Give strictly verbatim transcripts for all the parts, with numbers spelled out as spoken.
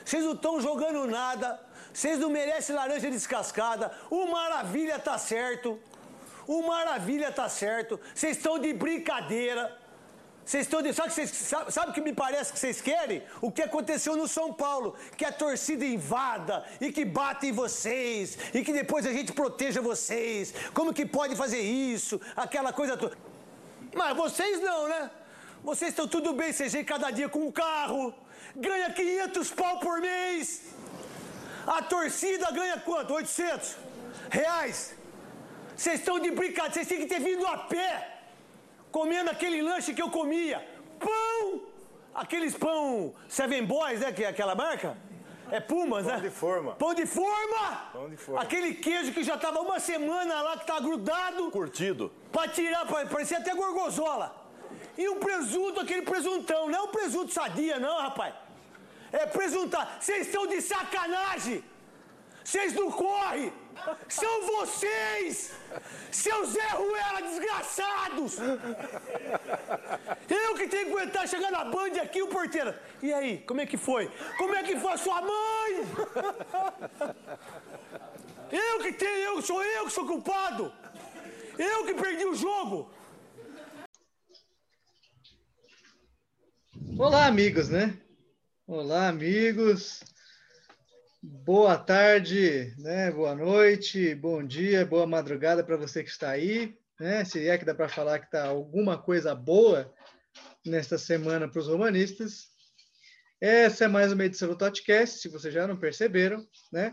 Vocês não estão jogando nada. Vocês não merecem laranja descascada. O Maravilha tá certo. O Maravilha tá certo. Vocês estão de brincadeira. Vocês estão de... Sabe, vocês... sabe, sabe o que me parece que vocês querem? O que aconteceu no São Paulo. Que a torcida invada e que bate em vocês. E que depois a gente proteja vocês. Como que pode fazer isso? Aquela coisa toda. Mas vocês não, né? Vocês estão tudo bem, vocês vêm cada dia com um carro. Ganha quinhentos pau por mês. A torcida ganha quanto? oitocentos reais. Vocês estão de brincadeira. Vocês têm que ter vindo a pé. Comendo aquele lanche que eu comia. Pão! Aqueles pão Seven Boys, né? Que é aquela marca. É Pumas, Pão né? de forma. Pão de forma! Pão de forma. Aquele queijo que já tava uma semana lá, que tá grudado. Curtido. Pra tirar, pra, parecia até gorgonzola. E o presunto, aquele presuntão. Não é o presunto sadia, não, rapaz. É presuntar. Vocês estão de sacanagem. Vocês não correm. São vocês! Seus Zé Ruela desgraçados! Eu que tenho que aguentar chegar na Band aqui, o porteiro. E aí, como é que foi? Como é que foi a sua mãe? Eu que tenho, eu, sou eu que sou culpado! Eu que perdi o jogo! Olá, amigos, né? Olá, amigos. Boa tarde, né? Boa noite, bom dia, boa madrugada para você que está aí, né? Se é que dá para falar que está alguma coisa boa nesta semana para os romanistas. Essa é mais uma edição do Totcast, se vocês já não perceberam, né?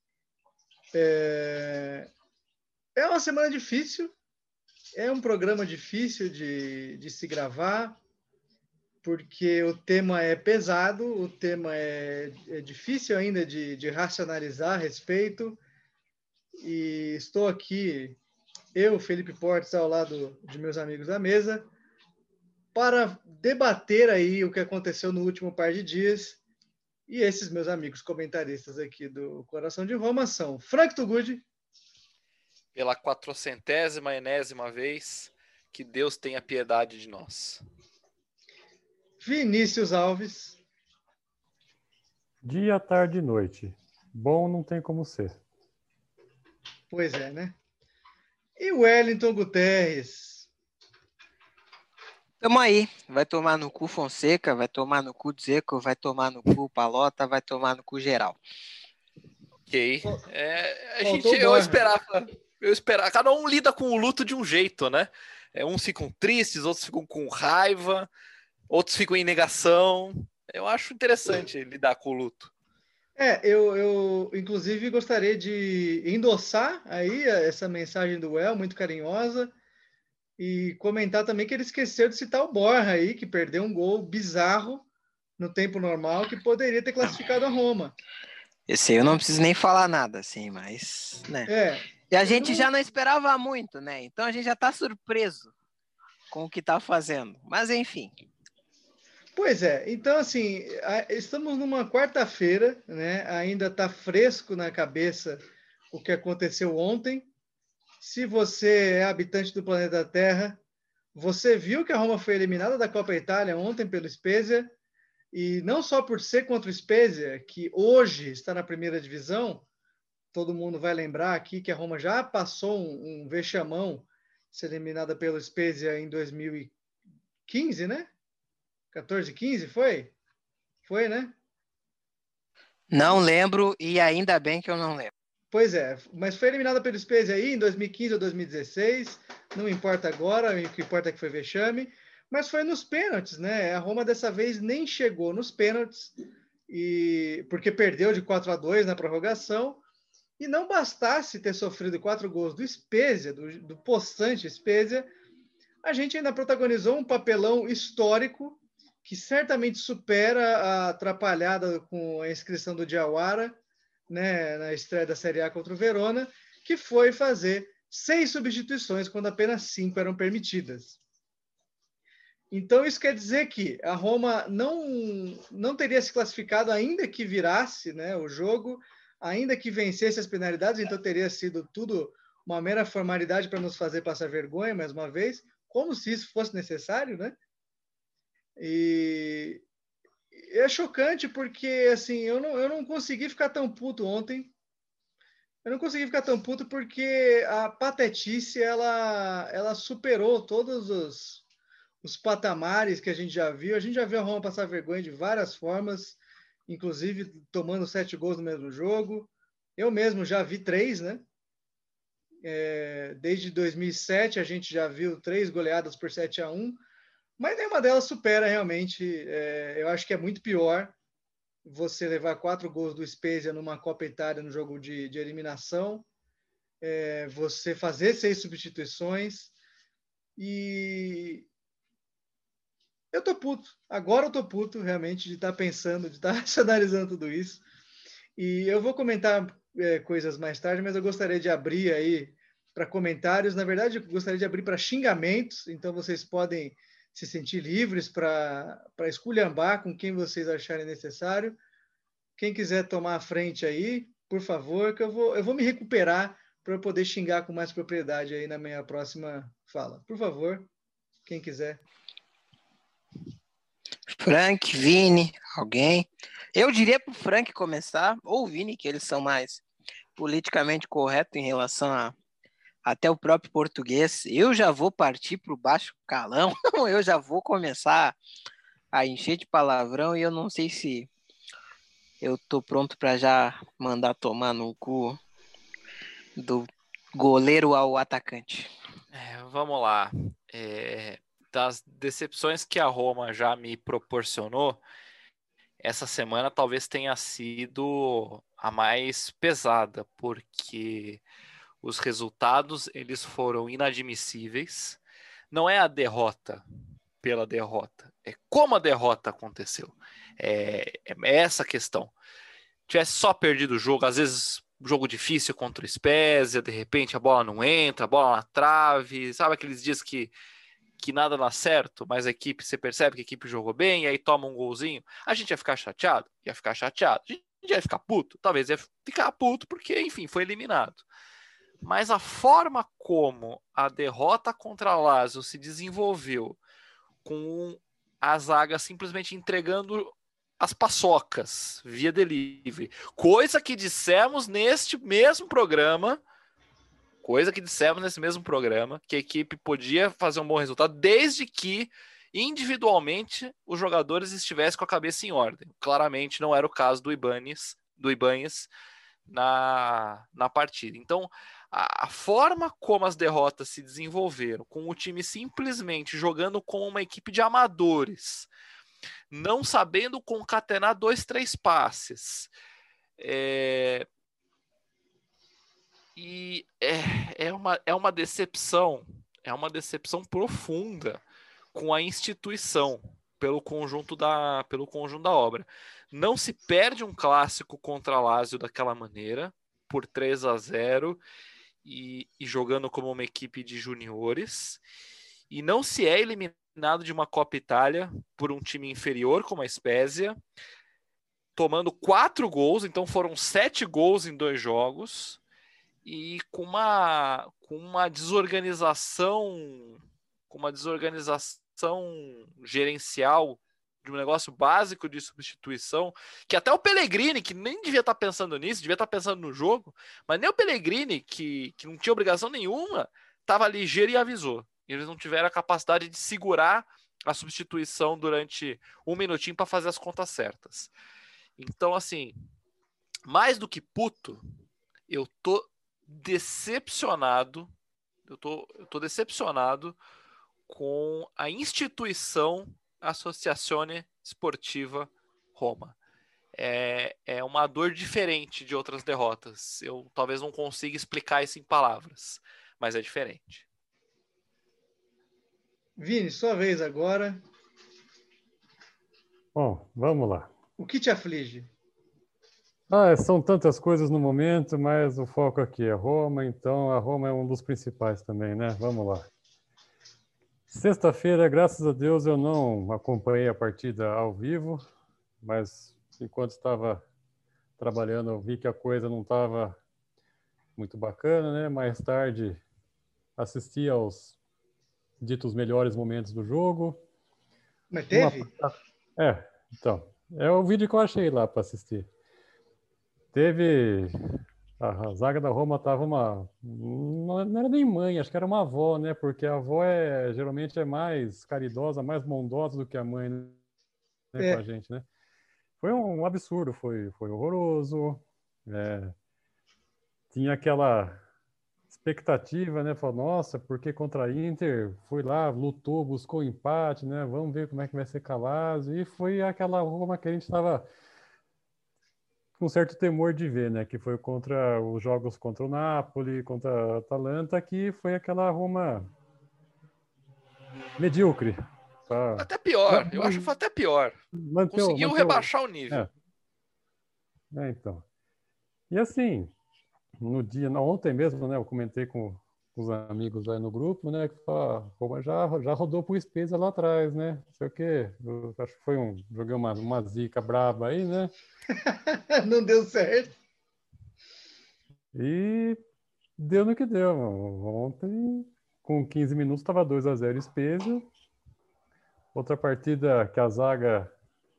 É, é uma semana difícil, é um programa difícil de, de se gravar, porque o tema é pesado, o tema é, é difícil ainda de, de racionalizar a respeito, e estou aqui, eu, Felipe Portes, ao lado de meus amigos da mesa, para debater aí o que aconteceu no último par de dias, e esses meus amigos comentaristas aqui do Coração de Roma são Frank Tugudi. Pela quatrocentésima enésima vez, que Deus tenha piedade de nós. Vinícius Alves. Dia, tarde e noite. Bom não tem como ser. Pois é, né? E Wellington Guterres. Tamo aí. Vai tomar no cu Fonseca, vai tomar no cu Dzeko, vai tomar no cu Palota, vai tomar no cu geral. Ok. É, a Faltou gente, eu Borja. esperava, eu esperava. Cada um lida com o luto de um jeito, né? É, uns ficam tristes, outros ficam com raiva. Outros ficam em negação. Eu acho interessante lidar com o luto. É, eu, eu inclusive gostaria de endossar aí essa mensagem do El, muito carinhosa, e comentar também que ele esqueceu de citar o Borja aí, que perdeu um gol bizarro no tempo normal, que poderia ter classificado a Roma. Esse aí eu não preciso nem falar nada, assim, mas... né? É. E a gente já não esperava muito, né? Então a gente já tá surpreso com o que tá fazendo. Mas enfim... Pois é, então assim, estamos numa quarta-feira, né? Ainda está fresco na cabeça o que aconteceu ontem. Se você é habitante do planeta Terra, você viu que a Roma foi eliminada da Copa Itália ontem pelo Spezia, e não só por ser contra o Spezia, que hoje está na primeira divisão, todo mundo vai lembrar aqui que a Roma já passou um, um vexamão, ser eliminada pelo Spezia em dois mil e quinze, né? quatorze, quinze, foi? Foi, né? Não lembro e ainda bem que eu não lembro. Pois é, mas foi eliminada pelo Spezia aí em dois mil e quinze ou dois mil e dezesseis, não importa agora, o que importa é que foi vexame, mas foi nos pênaltis, né? A Roma dessa vez nem chegou nos pênaltis, e porque perdeu de quatro a dois na prorrogação, e não bastasse ter sofrido quatro gols do Spezia, do, do possante Spezia, a gente ainda protagonizou um papelão histórico que certamente supera a atrapalhada com a inscrição do Diawara, né, na estreia da Série A contra o Verona, que foi fazer seis substituições quando apenas cinco eram permitidas. Então isso quer dizer que a Roma não, não teria se classificado ainda que virasse, né, o jogo, ainda que vencesse as penalidades, então teria sido tudo uma mera formalidade para nos fazer passar vergonha, mais uma vez, como se isso fosse necessário, né? E, é chocante porque, assim, eu não, eu não consegui ficar tão puto ontem. Eu não consegui ficar tão puto porque a patetice, ela, ela superou todos os, os patamares que a gente já viu. A gente já viu a Roma passar vergonha de várias formas, inclusive tomando sete gols no mesmo jogo. Eu mesmo já vi três, né? É, desde dois mil e sete a gente já viu três goleadas por sete a um, mas nenhuma delas supera realmente. É, eu acho que é muito pior você levar quatro gols do Spezia numa Copa Itália no jogo de, de eliminação, é, você fazer seis substituições e eu tô puto. Agora eu tô puto realmente de estar tá pensando, de estar tá racionalizando tudo isso. E eu vou comentar é, coisas mais tarde, mas eu gostaria de abrir aí para comentários. Na verdade, eu gostaria de abrir para xingamentos, então vocês podem se sentir livres para esculhambar com quem vocês acharem necessário. Quem quiser tomar a frente aí, por favor, que eu vou, eu vou me recuperar para poder xingar com mais propriedade aí na minha próxima fala. Por favor, quem quiser. Frank, Vini, alguém? Eu diria para o Frank começar, ou o Vini, que eles são mais politicamente corretos em relação a até o próprio português. Eu já vou partir para o baixo calão, eu já vou começar a encher de palavrão e eu não sei se eu tô pronto para já mandar tomar no cu do goleiro ao atacante. É, vamos lá. É, das decepções que a Roma já me proporcionou, essa semana talvez tenha sido a mais pesada, porque os resultados eles foram inadmissíveis. Não é a derrota pela derrota, é como a derrota aconteceu. É, é essa a questão. Tivesse só perdido o jogo, às vezes jogo difícil contra o Spezia, de repente a bola não entra, a bola na trave, sabe aqueles dias que, que nada dá certo, mas a equipe, você percebe que a equipe jogou bem, e aí toma um golzinho, a gente ia ficar chateado? Ia ficar chateado. A gente ia ficar puto? Talvez ia ficar puto porque, enfim, foi eliminado. Mas a forma como a derrota contra a Lazio se desenvolveu, com a zaga simplesmente entregando as paçocas via delivery, coisa que dissemos neste mesmo programa, coisa que dissemos nesse mesmo programa, que a equipe podia fazer um bom resultado desde que individualmente os jogadores estivessem com a cabeça em ordem. Claramente não era o caso do Ibanez, do Ibanez na, na partida. Então, a, a forma como as derrotas se desenvolveram, com o time simplesmente jogando como uma equipe de amadores, não sabendo concatenar dois, três passes, é... e é, é, uma, é uma decepção, é uma decepção profunda com a instituição, pelo conjunto da, pelo conjunto da obra. Não se perde um clássico contra a Lazio daquela maneira, por três a zero, e, e jogando como uma equipe de juniores, e não se é eliminado de uma Copa Itália por um time inferior como a Spezia, tomando quatro gols, então foram sete gols em dois jogos, e com uma, com uma desorganização, com uma desorganização gerencial de um negócio básico de substituição, que até o Pellegrini, que nem devia estar pensando nisso, devia estar pensando no jogo, mas nem o Pellegrini, que, que não tinha obrigação nenhuma, estava ligeiro e avisou. Eles não tiveram a capacidade de segurar a substituição durante um minutinho para fazer as contas certas. Então, assim, mais do que puto, eu tô decepcionado, eu tô, eu tô decepcionado com a instituição Associazione Sportiva Roma. É, é uma dor diferente de outras derrotas. Eu talvez não consiga explicar isso em palavras, mas é diferente. Vini, sua vez agora. Bom, vamos lá. O que te aflige? Ah, são tantas coisas no momento, mas o foco aqui é Roma, então a Roma é um dos principais também, né? Vamos lá. Sexta-feira, graças a Deus, eu não acompanhei a partida ao vivo, mas enquanto estava trabalhando, eu vi que a coisa não estava muito bacana, né? Mais tarde, assisti aos ditos melhores momentos do jogo. Mas teve? Uma... É, então, É o vídeo que eu achei lá para assistir. Teve... A zaga da Roma tava uma... Não era nem mãe, acho que era uma avó, né? Porque a avó é, geralmente é mais caridosa, mais bondosa do que a mãe, né? É. Com a gente, né? Foi um absurdo, foi, foi horroroso. É, tinha aquela expectativa, né? Falou, nossa, porque contra a Inter foi lá, lutou, buscou empate, né? Vamos ver como é que vai ser Calazzo. E foi aquela Roma que a gente estava com certo temor de ver, né? Que foi contra os jogos contra o Napoli, contra a Atalanta, que foi aquela Roma medíocre. Pra... Até pior, eu acho que foi até pior. Manter, Conseguiu manter rebaixar o... o nível. É. É, então. E assim, no dia, ontem mesmo, né? Eu comentei com os amigos aí no grupo, né? Que a Roma já, já rodou pro Spezia lá atrás, né? Não sei o quê. Eu acho que foi um... Joguei uma, uma zica braba aí, né? Não deu certo. E deu no que deu. Ontem, com quinze minutos, estava dois a zero Spezia. Outra partida que a zaga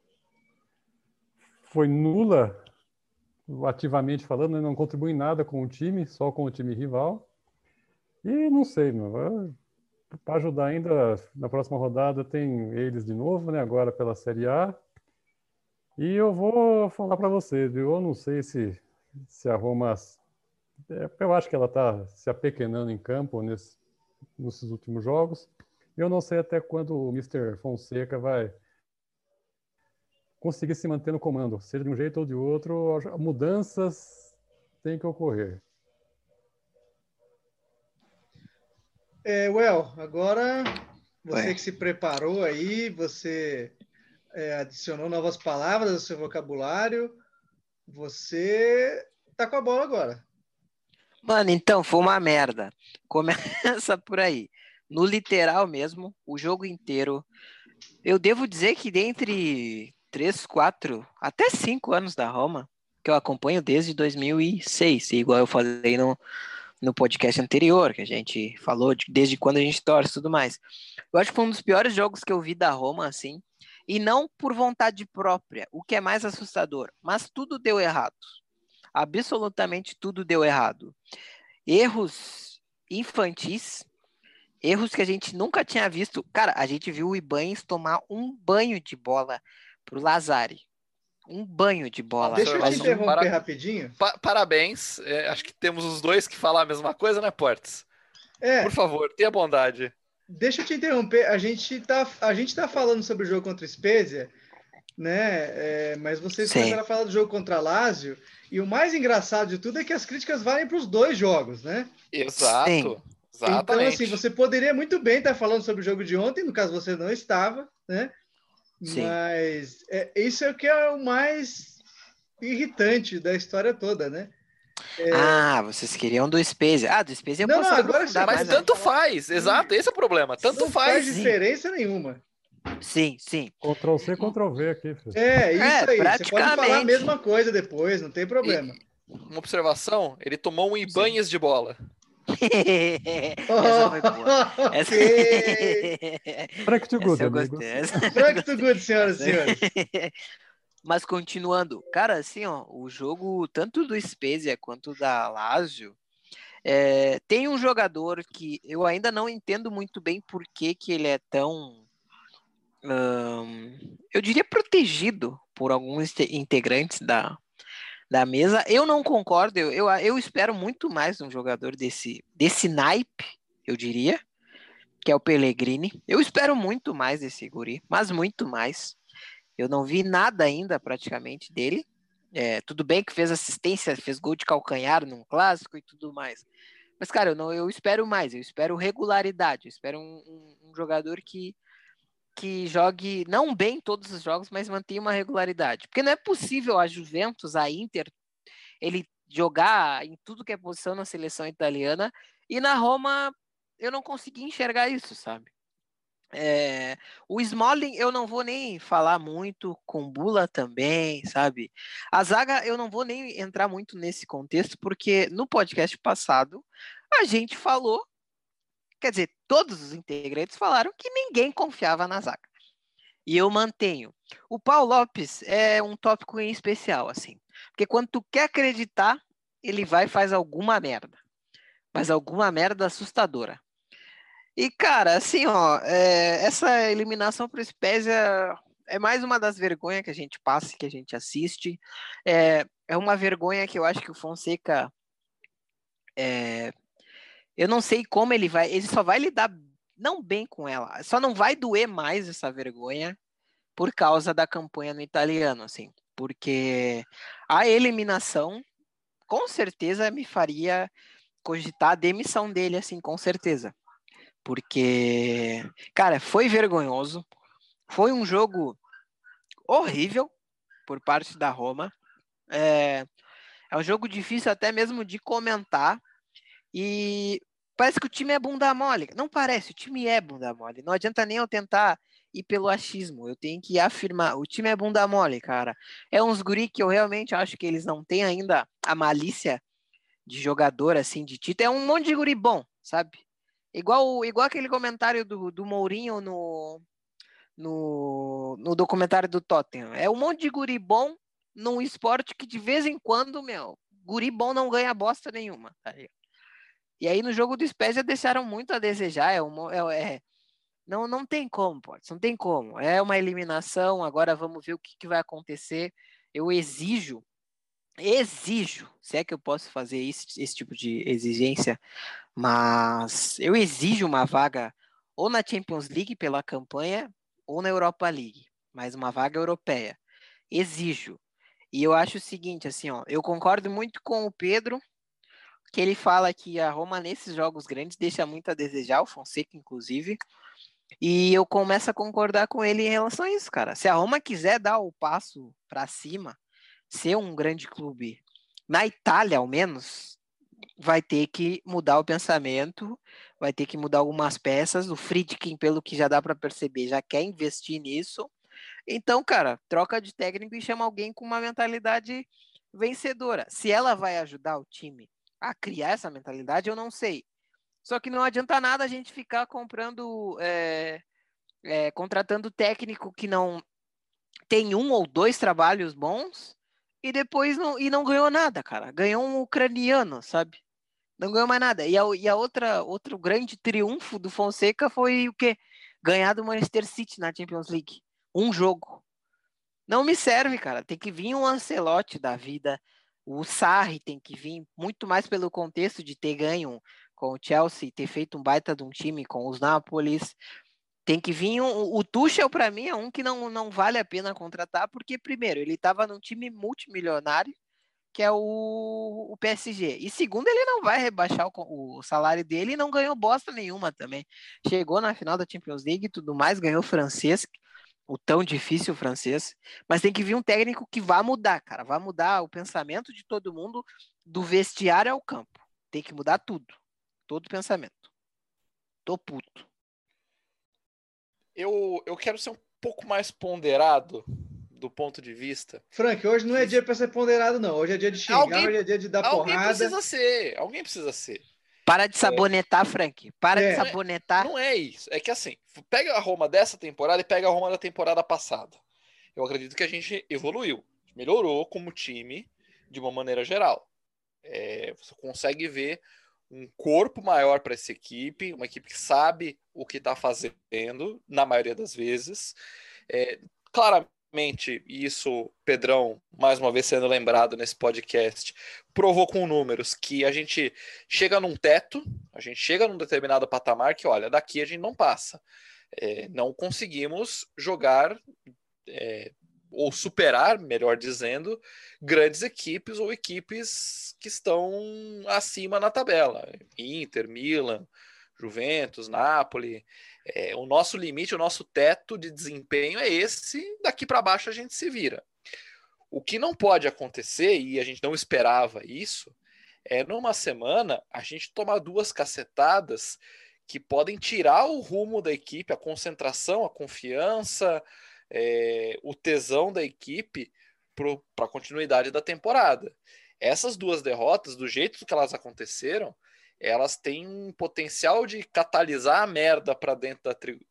foi nula, ativamente falando, né? Não contribui em nada com o time, só com o time rival. E não sei, meu. Para ajudar ainda, na próxima rodada tem eles de novo, né? Agora pela Série A. E eu vou falar para vocês, viu? Eu não sei se, se a Roma... Eu acho que ela está se apequenando em campo nesse, nesses últimos jogos. Eu não sei até quando o mister Fonseca vai conseguir se manter no comando. Seja de um jeito ou de outro, mudanças têm que ocorrer. É, Well, agora você Ué. que se preparou aí, você é, adicionou novas palavras ao seu vocabulário, você tá com a bola agora. Mano, então, foi uma merda. Começa por aí. No literal mesmo, o jogo inteiro. Eu devo dizer que dentre três, quatro, até cinco anos da Roma, que eu acompanho desde dois mil e seis, igual eu falei no, no podcast anterior, que a gente falou de, desde quando a gente torce e tudo mais. Eu acho que foi um dos piores jogos que eu vi da Roma, assim, e não por vontade própria, o que é mais assustador, mas tudo deu errado. Absolutamente tudo deu errado. Erros infantis, erros que a gente nunca tinha visto. Cara, a gente viu o Ibanez tomar um banho de bola pro Lazari. Um banho de bola. Deixa eu te Mas um... interromper para- rapidinho. Pa- parabéns. É, acho que temos os dois que falar a mesma coisa, né, Portes? É, Por favor, tenha bondade. deixa eu te interromper. A gente tá, a gente tá falando sobre o jogo contra o Spezia, né? É, mas vocês Sim. começaram a falar do jogo contra a Lazio. E o mais engraçado de tudo é que as críticas valem para os dois jogos, né? Exato. Sim. Exatamente. Então, assim, você poderia muito bem estar falando sobre o jogo de ontem, no caso você não estava, né? Sim. Mas é, isso é o que é o mais irritante da história toda, né? É... Ah, vocês queriam do Spezia. Ah, do Spezia eu Não, posso não, agora aprofundar você- Mas mais, Mas tanto né? faz. Exato, esse é o problema. Tanto não faz faz. diferença nenhuma. Sim, sim. Ctrl C, Ctrl V aqui, filho. É, isso É, aí. Você pode praticamente. falar a mesma coisa depois, não tem problema. Uma observação, ele tomou um Ibanez de bola. Essa foi boa. Essa... Ok. Frank to good, Essa eu amigos. gostei. Essa... Frank to good, senhoras e senhores. Mas continuando, cara, assim, ó, o jogo tanto do Spezia quanto da Lazio, é, tem um jogador que eu ainda não entendo muito bem por que, que ele é tão, hum, eu diria, protegido por alguns te- integrantes da, da mesa. Eu não concordo, eu, eu, eu espero muito mais de um jogador desse, desse naipe, eu diria, que é o Pellegrini. Eu espero muito mais desse guri, mas muito mais. Eu não vi nada ainda praticamente dele. É, tudo bem que fez assistência, fez gol de calcanhar num clássico e tudo mais. Mas, cara, eu, não, eu espero mais, eu espero regularidade, eu espero um, um, um jogador que, que jogue não bem todos os jogos, mas mantenha uma regularidade. Porque não é possível a Juventus, a Inter, ele jogar em tudo que é posição na seleção italiana, e na Roma eu não consegui enxergar isso, sabe? É, o Smalling eu não vou nem falar muito, com Bula também, sabe? A zaga eu não vou nem entrar muito nesse contexto, porque no podcast passado a gente falou, quer dizer, todos os integrantes falaram que ninguém confiava na zaga. E eu mantenho. O Paul Lopes é um tópico em especial, assim. Porque quando tu quer acreditar, ele vai e faz alguma merda. Mas alguma merda assustadora. E, cara, assim, ó, é, essa eliminação pro Spezia é mais uma das vergonhas que a gente passa, que a gente assiste. É, é uma vergonha que eu acho que o Fonseca... É, eu não sei como ele vai... Ele só vai lidar não bem com ela. Só não vai doer mais essa vergonha por causa da campanha no italiano, assim. Porque a eliminação, com certeza, me faria cogitar a demissão dele, assim, com certeza. Porque, cara, foi vergonhoso. Foi um jogo horrível por parte da Roma. É, é um jogo difícil até mesmo de comentar. E parece que o time é bunda mole. Não parece, o time é bunda mole. Não adianta nem eu tentar ir pelo achismo. Eu tenho que afirmar, o time é bunda mole, cara. É uns guri que eu realmente acho que eles não têm ainda a malícia de jogador, assim, de título. É um monte de guri bom, sabe? Igual, igual aquele comentário do, do Mourinho no, no, no documentário do Tottenham. É um monte de guri bom num esporte que de vez em quando, meu, guri bom não ganha bosta nenhuma. Tá ligado? E aí no jogo do Spezia deixaram muito a desejar. É, uma, é, é não, não tem como, pode, não tem como. É uma eliminação, agora vamos ver o que, que vai acontecer. Eu exijo, exijo, se é que eu posso fazer esse, esse tipo de exigência, mas eu exijo uma vaga ou na Champions League pela campanha ou na Europa League, mas uma vaga europeia. Exijo. E eu acho o seguinte, assim, ó, eu concordo muito com o Pedro, que ele fala que a Roma nesses jogos grandes deixa muito a desejar, o Fonseca inclusive, e eu começo a concordar com ele em relação a isso, cara. Se a Roma quiser dar o passo para cima, ser um grande clube, na Itália ao menos, vai ter que mudar o pensamento, vai ter que mudar algumas peças. O Friedkin, pelo que já dá para perceber, já quer investir nisso. Então, cara, troca de técnico e chama alguém com uma mentalidade vencedora. Se ela vai ajudar o time a criar essa mentalidade, eu não sei. Só que não adianta nada a gente ficar comprando, é, é, contratando técnico que não tem um ou dois trabalhos bons e depois não, e não ganhou nada, cara. Ganhou um ucraniano, sabe? Não ganhou mais nada. E a, e a outra, outro grande triunfo do Fonseca foi o quê? Ganhar do Manchester City na Champions League. Um jogo. Não me serve, cara. Tem que vir um Ancelotti da vida. O Sarri tem que vir muito mais pelo contexto de ter ganho com o Chelsea, ter feito um baita de um time com os Nápoles. Tem que vir um, o Tuchel, para mim, é um que não, não vale a pena contratar, porque, primeiro, ele estava num time multimilionário, que é o, o P S G. E segundo, ele não vai rebaixar o, o salário dele e não ganhou bosta nenhuma também. Chegou na final da Champions League e tudo mais, ganhou o francês, o tão difícil francês, mas tem que vir um técnico que vá mudar, cara, vai mudar o pensamento de todo mundo, do vestiário ao campo. Tem que mudar tudo, todo o pensamento. Tô puto. Eu, eu quero ser um pouco mais ponderado do ponto de vista. Frank, hoje não é dia para ser ponderado, não. Hoje é dia de xingar, alguém, hoje é dia de dar alguém porrada. Alguém precisa ser, alguém precisa ser. Para de sabonetar, é. Frank. Para é. de sabonetar. Não é, não é isso. É que assim, pega a Roma dessa temporada e pega a Roma da temporada passada. Eu acredito que a gente evoluiu, melhorou como time de uma maneira geral. É, você consegue ver um corpo maior para essa equipe, uma equipe que sabe o que está fazendo, na maioria das vezes. É, claramente, isso, Pedrão, mais uma vez sendo lembrado nesse podcast, provou com números que a gente chega num teto, a gente chega num determinado patamar que, olha, daqui a gente não passa. É, não conseguimos jogar... É, ou superar, melhor dizendo, grandes equipes ou equipes que estão acima na tabela. Inter, Milan, Juventus, Napoli. É, o nosso limite, o nosso teto de desempenho é esse, daqui para baixo a gente se vira. O que não pode acontecer, e a gente não esperava isso, é numa semana a gente tomar duas cacetadas que podem tirar o rumo da equipe, a concentração, a confiança... É, o tesão da equipe para a continuidade da temporada. Essas duas derrotas, do jeito que elas aconteceram, elas têm um potencial de catalisar a merda para dentro da tri...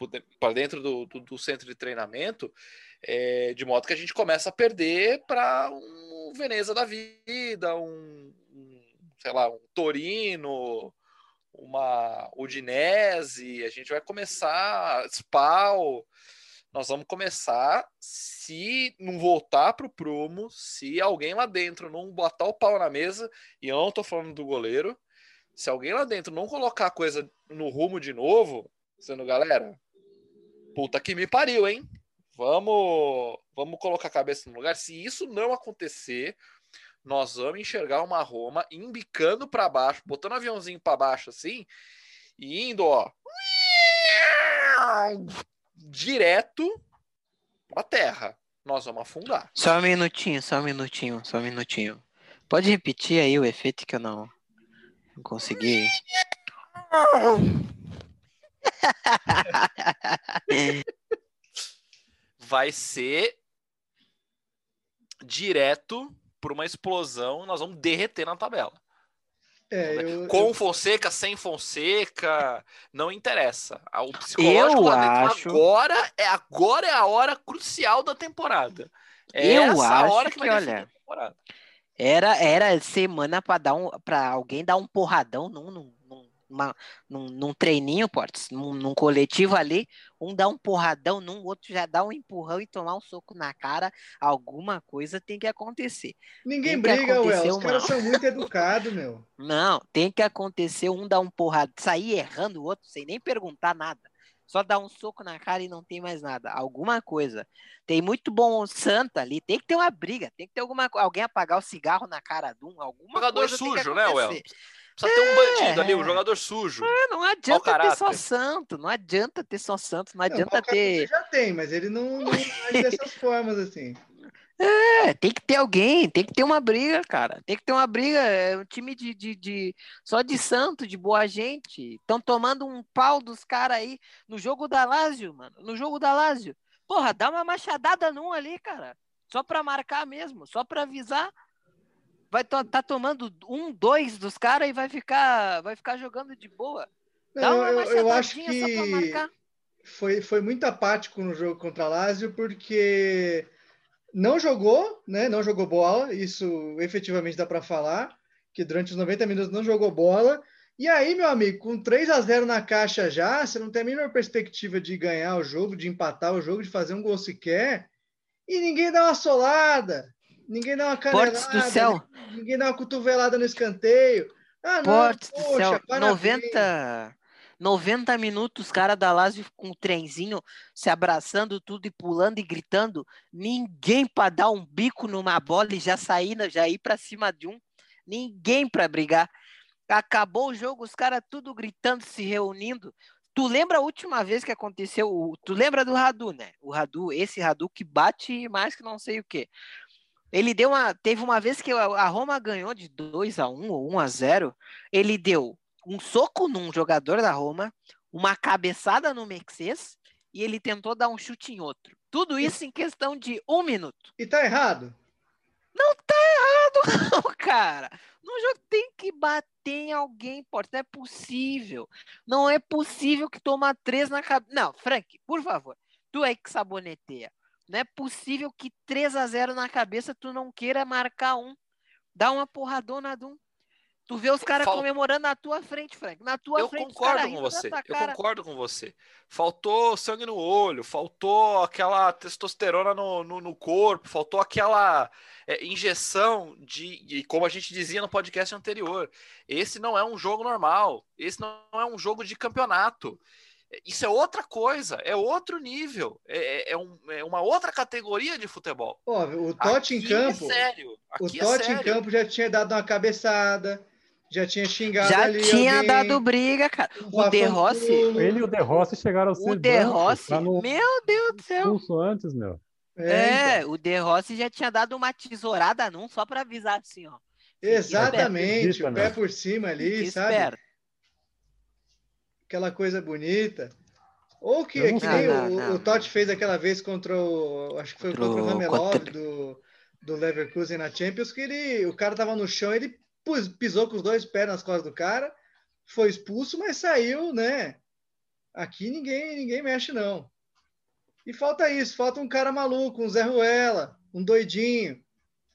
para dentro do, do, do centro de treinamento, é, de modo que a gente começa a perder para um Veneza da vida, um, um, sei lá, um Torino, uma Udinese, a gente vai começar Spal, nós vamos começar, se não voltar para o prumo, se alguém lá dentro não botar o pau na mesa, e eu não estou falando do goleiro, se alguém lá dentro não colocar a coisa no rumo de novo, sendo galera, puta que me pariu, hein? Vamos, vamos colocar a cabeça no lugar. Se isso não acontecer, nós vamos enxergar uma Roma embicando para baixo, botando o aviãozinho para baixo assim, e indo, ó, direto pra terra. Nós vamos afundar. Só um minutinho, só um minutinho, só um minutinho. Pode repetir aí o efeito que eu não, não consegui? Vai ser direto por uma explosão, nós vamos derreter na tabela. É, eu, Com eu... Fonseca, sem Fonseca, não interessa. O psicológico eu lá dentro acho... agora é agora é a hora crucial da temporada. É eu essa acho hora que, que vai olha, a temporada. Era era semana para dar um para alguém dar um porradão num, num, numa, num, num treininho, Portes, num, num coletivo ali, um dá um porradão num, outro já dá um empurrão e tomar um soco na cara, alguma coisa tem que acontecer. Ninguém tem briga, ué, os uma... caras são muito educados, meu. Não, tem que acontecer um dar um porrada, sair errando o outro sem nem perguntar nada. Só dar um soco na cara e não tem mais nada. Alguma coisa. Tem muito bom santo ali. Tem que ter uma briga. Tem que ter alguma alguém apagar o cigarro na cara de um. Alguma jogador coisa sujo, tem que né, Well? acontecer. Precisa ter um bandido É. ali, um jogador sujo. É, não Mau adianta ter caráter. só santo. Não adianta ter só santo. Não Não, adianta mau caráter ter. já tem, mas ele não, não age dessas formas assim. É, tem que ter alguém, tem que ter uma briga, cara. Tem que ter uma briga. É um time de, de, de só de santo, de boa gente. Estão tomando um pau dos caras aí no jogo da Lazio, mano. No jogo da Lazio. Porra, dá uma machadada num ali, cara. Só pra marcar mesmo, só pra avisar. Vai to tá tomando um, dois dos caras e vai ficar, vai ficar jogando de boa. Dá Não, uma eu, eu acho machadadinha só pra que marcar. foi, foi muito apático no jogo contra a Lazio, porque não jogou, né? Não jogou bola, isso efetivamente dá para falar, que durante os noventa minutos não jogou bola. E aí, meu amigo, com três a zero na caixa já, você não tem a mínima perspectiva de ganhar o jogo, de empatar o jogo, de fazer um gol sequer, e ninguém dá uma solada, ninguém dá uma Portes do céu. canelada, ninguém dá uma cotovelada no escanteio. Ah, não, Portes do poxa, céu, parabéns. noventa, noventa minutos, cara da Lazio com o trenzinho se abraçando tudo e pulando e gritando, ninguém para dar um bico numa bola e já sair, já ir para cima de um, ninguém para brigar. Acabou o jogo, os caras tudo gritando, se reunindo. Tu lembra a última vez que aconteceu? Tu lembra do Radu, né? O Radu, esse Radu que bate mais que não sei o quê. Ele deu uma. Teve uma vez que a Roma ganhou de dois a um ou um a zero. Ele deu um soco num jogador da Roma, uma cabeçada no Mexês e ele tentou dar um chute em outro. Tudo isso em questão de um minuto. E tá errado? Não tá errado, não, cara. No jogo tem que bater em alguém, pô. Não é possível. Não é possível que toma três na cabeça. Não, Frank, por favor. Tu é que saboneteia. Não é possível que três a zero na cabeça tu não queira marcar um. Dá uma porradona de um. Tu vê os caras Fal... comemorando na tua frente, Frank. Na tua eu frente. Concordo com você. Eu concordo com você. Faltou sangue no olho, faltou aquela testosterona no, no, no corpo, faltou aquela é, injeção de, de, como a gente dizia no podcast anterior, esse não é um jogo normal. Esse não é um jogo de campeonato. Isso é outra coisa, é outro nível, é, é, um, é uma outra categoria de futebol. Ó, o Totti em campo, é sério. o Aqui Totti é em campo já tinha dado uma cabeçada, já tinha xingado já ali tinha alguém, dado briga, cara. O De Rossi, ele e o De Rossi chegaram a ser o De Rossi, tá no, meu Deus do céu. Pulso antes, meu. É, é então. O De Rossi já tinha dado uma tesourada num só para avisar assim, ó. Exatamente, o pé por cima ali, sabe? Espera. Aquela coisa bonita. Ou que, que não, nem não, o, não, o Totti fez aquela vez contra o. Acho que foi contra, contra o Ramelov contra... do, do Leverkusen na Champions, que ele, o cara tava no chão, ele pus, pisou com os dois pés nas costas do cara, foi expulso, mas saiu, né? Aqui ninguém, ninguém mexe, não. E falta isso, falta um cara maluco, um Zé Ruela, um doidinho,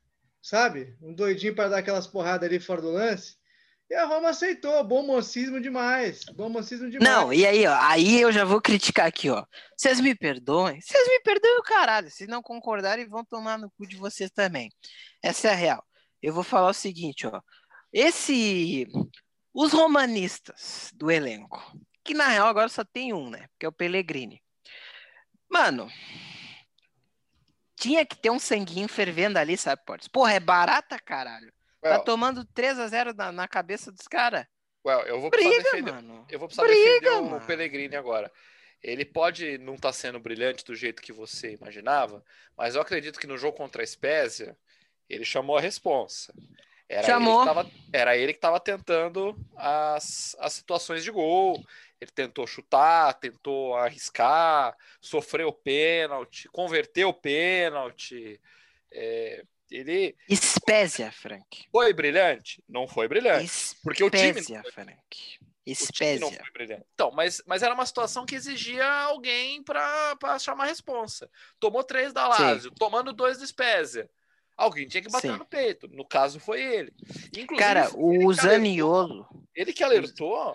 sabe? Um doidinho para dar aquelas porradas ali fora do lance. E a Roma aceitou, bom mocismo demais, bom mocismo demais. Não, e aí, ó, aí eu já vou criticar aqui, ó. Vocês me perdoem? Vocês me perdoem o caralho. Se não concordarem, vão tomar no cu de vocês também. Essa é a real. Eu vou falar o seguinte, ó. Esse... Os romanistas do elenco, que na real agora só tem um, né? Que é o Pellegrini. Mano, tinha que ter um sanguinho fervendo ali, sabe, Portes? Porra, é barata, caralho. Tá Well, tomando três a zero na, na cabeça dos caras. well, eu vou precisar Briga, defender, mano. eu vou precisar Briga, defender o mano. Pellegrini agora. Ele pode não estar sendo brilhante do jeito que você imaginava, mas eu acredito que no jogo contra a Spezia, ele chamou a responsa. Era Chamou. Ele que tava, era ele que estava tentando as, as situações de gol. Ele tentou chutar, tentou arriscar, sofreu pênalti, converteu pênalti. É, ele Spezia, Frank. foi brilhante? Não foi brilhante. Porque o time não Spezia, foi, Frank. o time não Spezia. foi brilhante. Então, mas, mas era uma situação que exigia alguém para chamar a responsa. Tomou três da Lazio, tomando dois do Spezia. Alguém tinha que bater Sim. no peito. No caso, foi ele. Inclusive, Cara, ele o que Zaniolo. alertou, ele que alertou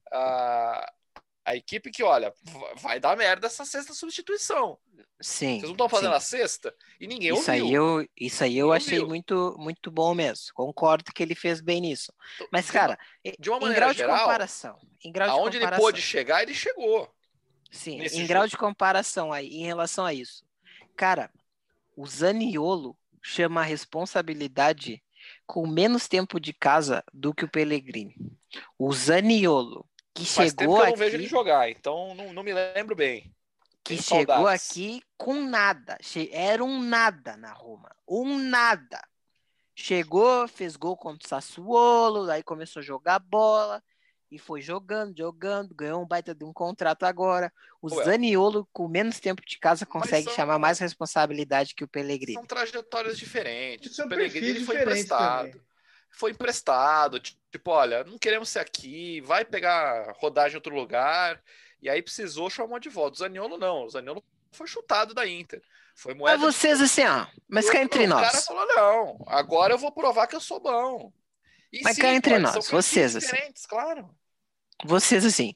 a, a equipe que, olha, vai dar merda essa sexta substituição. Sim. Vocês não estão fazendo sim. a sexta? E ninguém Isso ouviu. aí eu, isso aí eu Ninguém achei ouviu. muito, muito bom mesmo. Concordo que ele fez bem nisso. Então, Mas, de cara, uma, de uma em maneira grau de geral, comparação. Em grau de aonde ele comparação. pôde chegar, ele chegou. Sim, nesse em jogo. grau de comparação aí, em relação a isso. Cara, o Zaniolo chama a responsabilidade com menos tempo de casa do que o Pellegrini. O Zaniolo, que Faz tempo chegou que eu não aqui, vejo ele jogar, então não, não me lembro bem. que Tenho chegou saudades. aqui com nada. Che- Era um nada na Roma. Um nada. Chegou, fez gol contra o Sassuolo, aí começou a jogar bola e foi jogando, jogando, ganhou um baita de um contrato agora. O Well, Zaniolo, com menos tempo de casa, mas consegue são- chamar mais responsabilidade que o Pellegrini. São trajetórias diferentes. E são O Pellegrini perfis ele foi diferentes emprestado. também. Foi emprestado. Tipo, olha, não queremos ser aqui, vai pegar rodagem em outro lugar. E aí precisou, chamou de volta. O Zaniolo não. O Zaniolo foi chutado da Inter. Foi moeda Mas vocês, de... assim, ó, mas cá entre não, nós. O cara falou, não, agora eu vou provar que eu sou bom. E Mas sim, cá entre pode, nós, são perfis vocês, assim. diferentes, claro. Vocês, assim,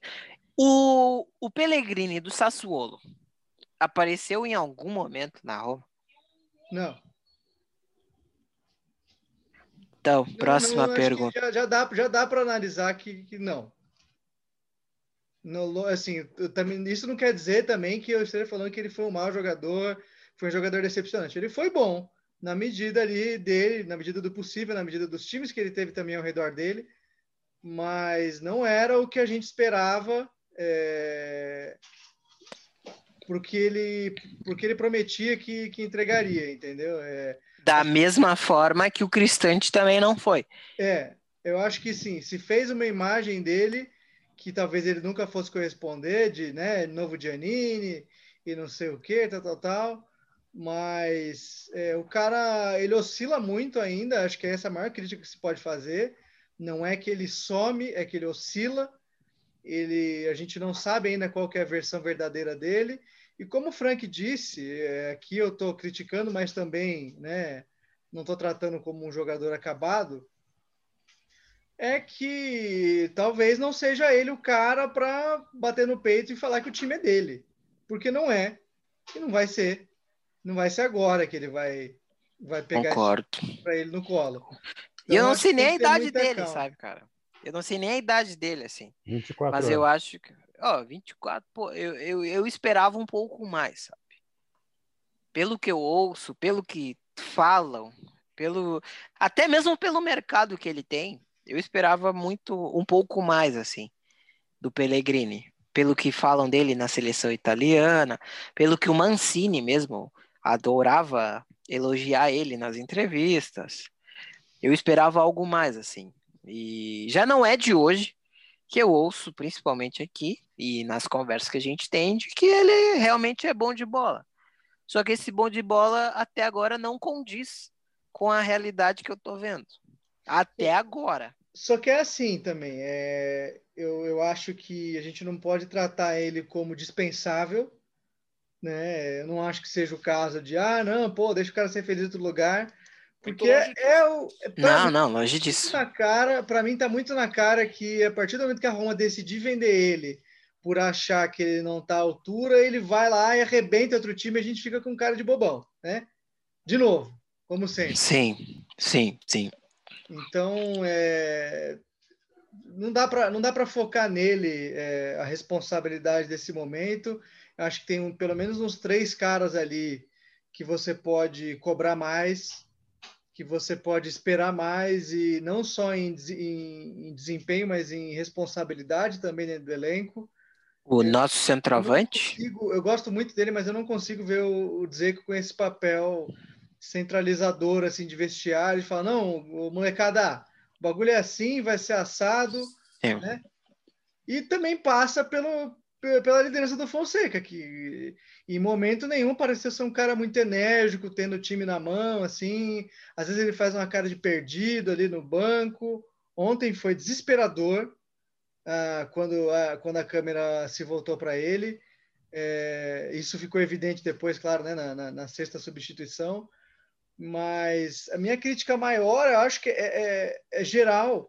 o, o Pellegrini do Sassuolo apareceu em algum momento na Roma? Não. Então, Não, próxima não, acho que pergunta. Já, já dá, já dá para analisar que, que não. No, assim, eu também, isso não quer dizer também que eu esteja falando que ele foi um mau jogador, foi um jogador decepcionante. Ele foi bom, na medida ali dele, na medida do possível, na medida dos times que ele teve também ao redor dele, mas não era o que a gente esperava, é, porque ele, porque ele prometia que, que entregaria, entendeu? É, Da mesma forma que o Cristante também não foi. É, eu acho que sim. Se fez uma imagem dele que talvez ele nunca fosse corresponder, de, né, novo Giannini e não sei o que, tal, tal, tal. Mas é, o cara, ele oscila muito ainda. Acho que essa é a maior crítica que se pode fazer. Não é que ele some, é que ele oscila. Ele, a gente não sabe ainda qual que é a versão verdadeira dele. E como o Frank disse, é, aqui eu estou criticando, mas também, né, não estou tratando como um jogador acabado, é que talvez não seja ele o cara para bater no peito e falar que o time é dele. Porque não é. E não vai ser. Não vai ser agora que ele vai, vai pegar Concordo. para ele no colo. E eu não acho sei que nem tem a que ter idade muita dele, calma. sabe, cara? Eu não sei nem a idade dele, assim. vinte e quatro Mas anos. eu acho que... Ó, vinte e quatro, pô, eu, eu, eu esperava um pouco mais, sabe? Pelo que eu ouço, pelo que falam, pelo até mesmo pelo mercado que ele tem, eu esperava muito, um pouco mais, assim, do Pellegrini. Pelo que falam dele na seleção italiana, pelo que o Mancini mesmo adorava elogiar ele nas entrevistas. Eu esperava algo mais, assim. E já não é de hoje que eu ouço, principalmente aqui, e nas conversas que a gente tem, de que ele realmente é bom de bola. Só que esse bom de bola até agora não condiz com a realidade que eu tô vendo. Até agora. Só que é assim também. É... eu, eu acho que a gente não pode tratar ele como dispensável, né? Eu não acho que seja o caso de, ah, não, pô, deixa o cara ser feliz em outro lugar, porque é, é o... É, não, mim, não, longe disso. Na cara, para mim tá muito na cara que a partir do momento que a Roma decidir vender ele por achar que ele não tá à altura, ele vai lá e arrebenta outro time e a gente fica com cara de bobão, né? De novo, como sempre. Sim, sim, sim. Então, é... não dá para não dá para focar nele é, a responsabilidade desse momento. Acho que tem um, pelo menos uns três caras ali que você pode cobrar mais, que você pode esperar mais, e não só em, em, em desempenho, mas em responsabilidade também dentro do elenco. O é, nosso centroavante? Eu, consigo, eu gosto muito dele, mas eu não consigo ver o, o Dzeko com esse papel centralizador assim, de vestiário, e falar, não, o molecada, o bagulho é assim, vai ser assado, Sim. né? E também passa pelo, pela liderança do Fonseca, que em momento nenhum pareceu ser um cara muito enérgico, tendo o time na mão, assim. Às vezes ele faz uma cara de perdido ali no banco. Ontem foi desesperador ah, quando, a, quando a câmera se voltou para ele. É, isso ficou evidente depois, claro, né, na, na, na sexta substituição. Mas a minha crítica maior, eu acho que é, é, é geral,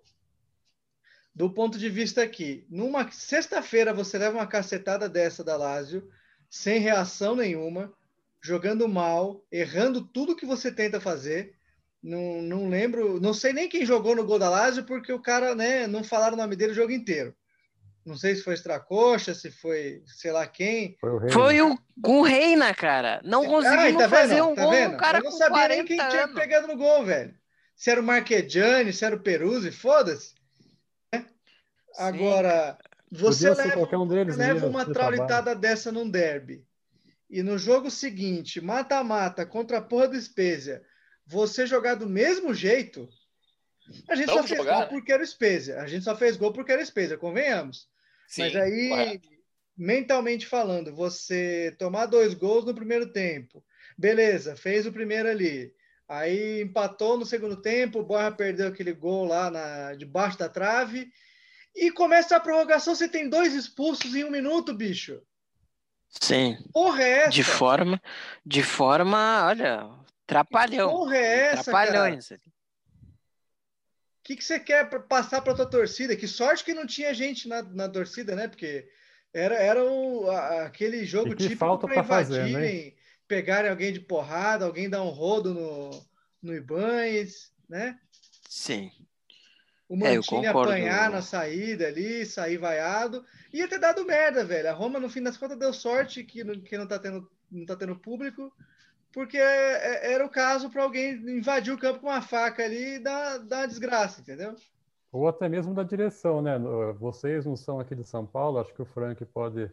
do ponto de vista aqui. Numa sexta-feira você leva uma cacetada dessa da Lazio, sem reação nenhuma, jogando mal, errando tudo que você tenta fazer. Não, não lembro, não sei nem quem jogou no gol da Lazio, porque o cara, né, não falaram o nome dele o jogo inteiro. Não sei se foi Stracocha, se foi sei lá quem. Foi o Reina. Foi o, o Reina, cara. Não conseguimos Ai, tá fazer vendo? um Tá gol vendo? num cara Eu não com sabia nem quarenta quem tinha anos. pegado no gol, velho. Se era o Marchegiani, se era o Peruzzi, foda-se. Sim, Agora, você Podia ser leva, qualquer um deles leva mesmo, uma de trabalho. traulitada dessa num derby. E no jogo seguinte, mata-mata contra a porra do Spezia, você jogar do mesmo jeito, a gente Não só fez jogar, gol né? porque era o Spezia. A gente só fez gol porque era o Spezia, convenhamos. Mas Sim, aí, correto. mentalmente falando, você tomar dois gols no primeiro tempo, beleza, fez o primeiro ali. Aí empatou no segundo tempo, o Borja perdeu aquele gol lá na, debaixo da trave. E começa a prorrogação, você tem dois expulsos em um minuto, bicho. sim. Porra é essa? De forma, de forma, olha, trapalhão. Porra é essa, cara? Trapalhões. O que, que você quer pra passar para tua torcida? Que sorte que não tinha gente na, na torcida, né? Porque era, era o, a, aquele E jogo que típico falta para tá fazendo, hein? invadirem, pegarem alguém de porrada, alguém dar um rodo no, no Ibanes, né? Sim. O É, eu Mantini apanhar concordo. na saída ali, sair vaiado. Ia ter dado merda, velho. A Roma, no fim das contas, deu sorte que, não- que não, tá tendo, não tá tendo público, porque é- é- era o caso para alguém invadir o campo com uma faca ali e dar, dar uma desgraça, entendeu? Ou até mesmo da direção, né? No- Vocês não são aqui de São Paulo, acho que o Frank pode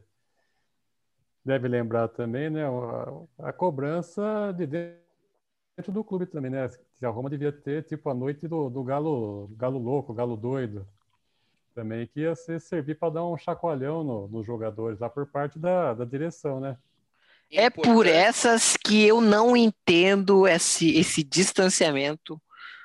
deve lembrar também, né? A, a cobrança de dentro do clube também, né? Que a Roma devia ter tipo a noite do, do galo, galo louco, galo doido, também que ia ser, servir para dar um chacoalhão no- nos jogadores lá por parte da, da direção, né? É por Importante. essas que eu não entendo esse, esse distanciamento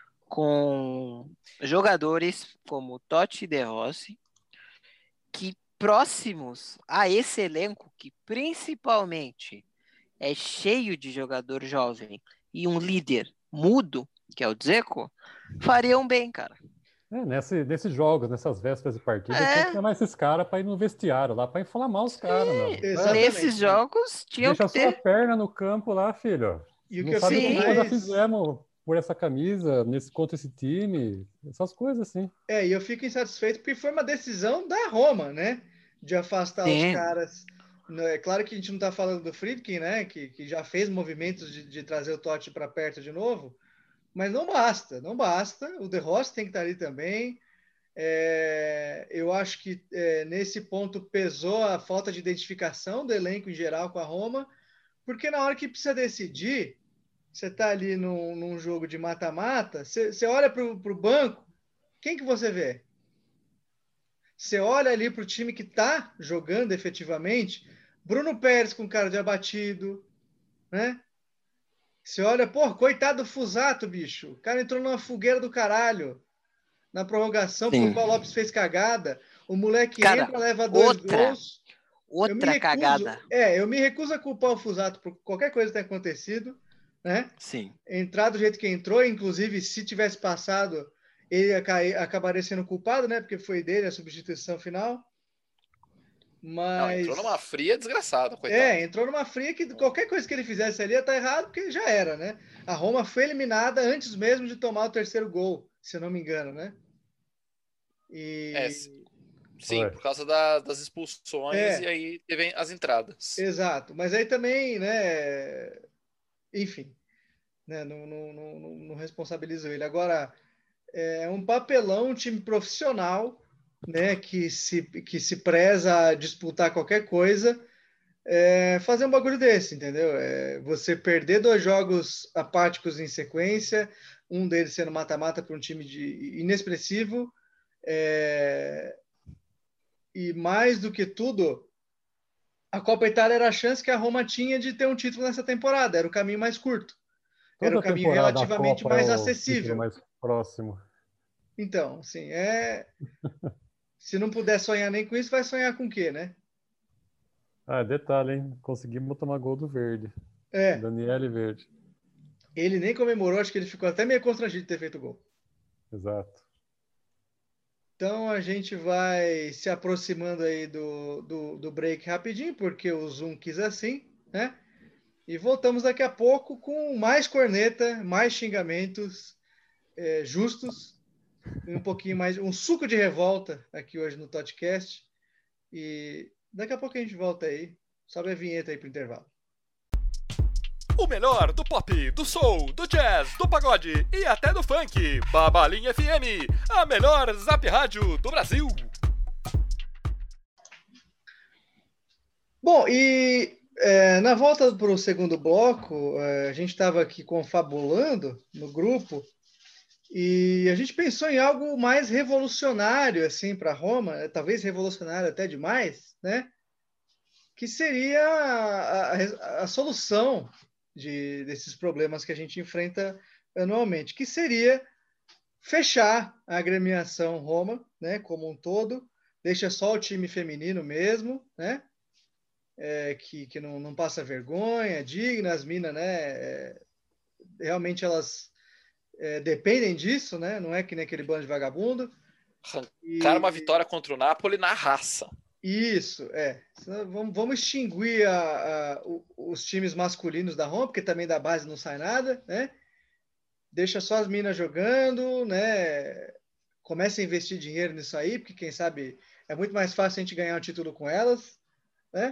com jogadores como Totti e De Rossi, que próximos a esse elenco, que principalmente é cheio de jogador jovem e um líder mudo, que é o Dzeko, fariam bem, cara. É, nesse, nesses jogos, nessas vésperas de partida, tinha que É, chamar esses caras para ir no vestiário lá, para inflamar os caras, meu. É, nesses Exatamente. jogos tinham deixa que a sua ter. perna no campo lá, filho. E o que Não eu sabe o fico que Sim, nós já mais. fizemos por essa camisa, nesse, contra esse time, essas coisas assim. É, e eu fico insatisfeito porque foi uma decisão da Roma, né? De afastar os sim, caras. É claro que a gente não está falando do Friedkin, né? Que, que já fez movimentos de, de trazer o Totti para perto de novo. Mas não basta, não basta. O De Rossi tem que estar ali também. É, eu acho que é, nesse ponto pesou a falta de identificação do elenco em geral com a Roma, porque na hora que precisa decidir, você está ali num, num jogo de mata-mata, você, você olha para o banco, quem que você vê? Você olha ali para o time que está jogando efetivamente, Bruno Pérez com cara de abatido, né? Você olha, pô, coitado do Fusato, bicho. O cara entrou numa fogueira do caralho na prorrogação, porque o sim. Paulo Lopes fez cagada. O moleque Cara, entra, leva dois outra, gols. outra eu me recuso, cagada. É, eu me recuso a culpar o Fusato por qualquer coisa que tenha acontecido, né? Sim. Entrar do jeito que entrou, inclusive, se tivesse passado, ele ia cair, acabaria sendo culpado, né? Porque foi dele a substituição final. Mas... Não, entrou numa fria desgraçada, coitado. É, entrou numa fria que qualquer coisa que ele fizesse ali ia estar errado, porque já era, né? A Roma foi eliminada antes mesmo de tomar o terceiro gol, se eu não me engano, né? E... É, sim, Ué. por causa da- das expulsões É. e aí teve as entradas. Exato, mas aí também, né? Enfim, né? Não, não, não, não, não responsabilizo ele. Agora, é um papelão, um time profissional, né? Que se, que se preza a disputar qualquer coisa, é, fazer um bagulho desse, entendeu? É, você perder dois jogos apáticos em sequência, um deles sendo mata-mata para um time de inexpressivo, é, e mais do que tudo, a Copa Itália era a chance que a Roma tinha de ter um título nessa temporada, era o caminho mais curto, era Toda o caminho temporada a relativamente Copa é mais o título acessível. mais próximo. Então, assim, é... se não puder sonhar nem com isso, vai sonhar com o quê, né? Ah, detalhe, hein? Conseguimos tomar gol do Verde. É, Daniele Verde. ele nem comemorou, acho que ele ficou até meio constrangido de ter feito gol. Exato. Então a gente vai se aproximando aí do, do, do break rapidinho, porque o Zoom quis assim, né? E voltamos daqui a pouco com mais corneta, mais xingamentos é, justos, e um pouquinho mais, um suco de revolta aqui hoje no podcast. E daqui a pouco a gente volta aí. Sobe a vinheta aí pro intervalo. O melhor do pop, do soul, do jazz, do pagode e até do funk. Babalim F M, a melhor zap rádio do Brasil. Bom, e é, na volta para o segundo bloco, é, a gente estava aqui confabulando no grupo e a gente pensou em algo mais revolucionário assim para Roma, talvez revolucionário até demais, né? Que seria a, a, a solução de, desses problemas que a gente enfrenta anualmente, que seria fechar a agremiação Roma, né, como um todo, deixa só o time feminino mesmo, né, é, que, que não, não passa vergonha, digna, as minas, né, é, realmente elas é, dependem disso, né, não é que nem aquele bando de vagabundo. Arrancaram uma vitória contra o Napoli na raça. Isso, é. Vamos, vamos extinguir a, a, os times masculinos da Roma, porque também da base não sai nada, né? Deixa só as minas jogando, né? Começa a investir dinheiro nisso aí, porque quem sabe é muito mais fácil a gente ganhar um título com elas, né?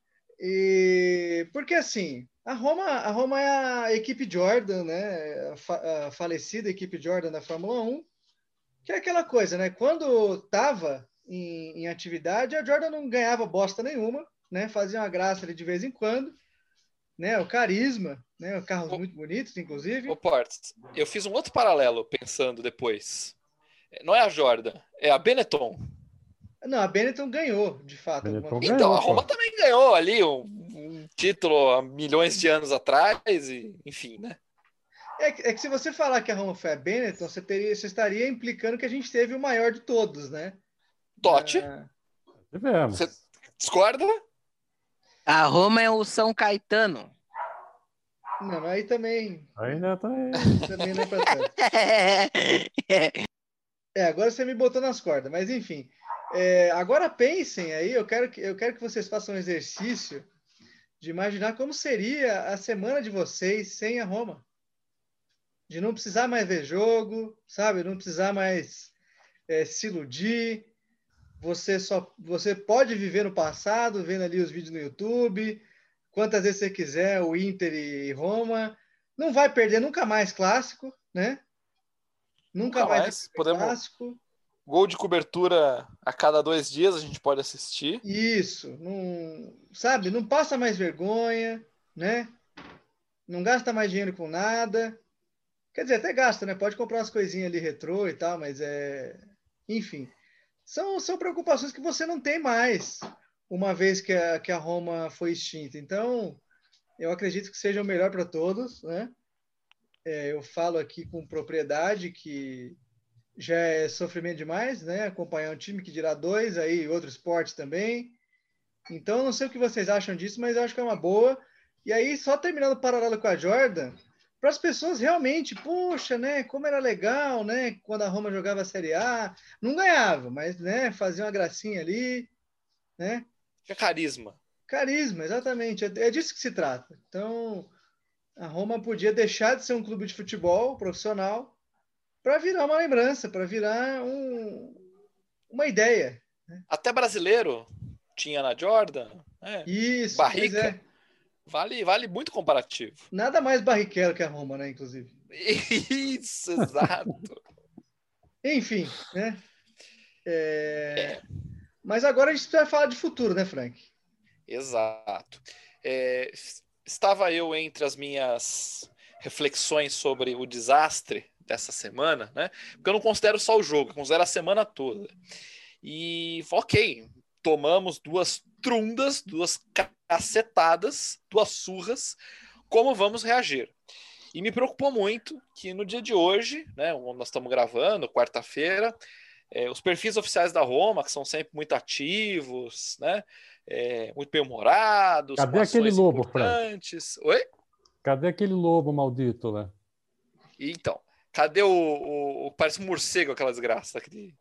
E porque assim, a Roma, a Roma é a equipe Jordan, né? A, fa, a falecida equipe Jordan da Fórmula um, que é aquela coisa, né? Quando tava Em, em atividade, a Jordan não ganhava bosta nenhuma, né? Fazia uma graça ali de vez em quando, né? O carisma, né? Carros Ô, muito bonitos, inclusive. Ô, Portes, eu fiz um outro paralelo pensando depois. Não é a Jordan, é a Benetton. Não, a Benetton ganhou, de fato. Benetton alguma... Então, ganhou, a Roma pô. também ganhou ali um, um título há milhões de anos atrás, e enfim, né? É que, é que se você falar que a Roma foi a Benetton, você, teria, você estaria implicando que a gente teve o maior de todos, né? Totti, Ah, Tivemos. você discorda? A Roma é o São Caetano. não, mas aí também, Ainda tá aí. também não é para tanto. É, agora você me botou nas cordas, mas enfim. É, agora pensem aí, eu quero, que, eu quero que vocês façam um exercício de imaginar como seria a semana de vocês sem a Roma. De não precisar mais ver jogo, sabe? Não precisar mais é, se iludir. Você só você pode viver no passado, vendo ali os vídeos no YouTube, quantas vezes você quiser, o Inter e Roma. Não vai perder nunca mais clássico, né? Nunca, Nunca mais, mais. vai perder Podemos. clássico. Gol de cobertura a cada dois dias a gente pode assistir. Isso, não, sabe? Não passa mais vergonha, né? Não gasta mais dinheiro com nada. Quer dizer, até gasta, né? Pode comprar umas coisinhas ali retrô e tal, mas é... Enfim, são, são preocupações que você não tem mais, uma vez que a, que a Roma foi extinta. Então, eu acredito que seja o melhor para todos, né? É, eu falo aqui com propriedade que já é sofrimento demais, né? Acompanhar um time que dirá dois, aí outro esporte também. Então, eu não sei o que vocês acham disso, mas eu acho que é uma boa. E aí, só terminando o paralelo com a Jordan, para as pessoas realmente, poxa, né? Como era legal, né? Quando a Roma jogava a Série A, não ganhava, mas, né? Fazia uma gracinha ali, né? Tinha carisma. Carisma, exatamente. É, é disso que se trata. Então, a Roma podia deixar de ser um clube de futebol profissional para virar uma lembrança, para virar um, uma ideia. Até brasileiro tinha na Jordan. Né? Isso, pois Barrica. é. Vale, vale muito comparativo. Nada mais barriqueiro que a Roma, né, inclusive. Isso, exato. Enfim, né? É... É, Mas agora a gente vai falar de futuro, né, Frank? exato. É, estava eu entre as minhas reflexões sobre o desastre dessa semana, né? Porque eu não considero só o jogo, eu considero a semana toda. E, ok, tomamos duas trundas, duas cacetadas, duas surras. Como vamos reagir? E me preocupou muito que no dia de hoje, né, nós estamos gravando, quarta-feira, é, os perfis oficiais da Roma, que são sempre muito ativos, né, é, muito bem-humorados, Cadê com aquele ações lobo, importantes. Frank? Oi? Cadê aquele lobo maldito lá? Então, cadê o, o, o parece um morcego, aquela desgraça. Aquele...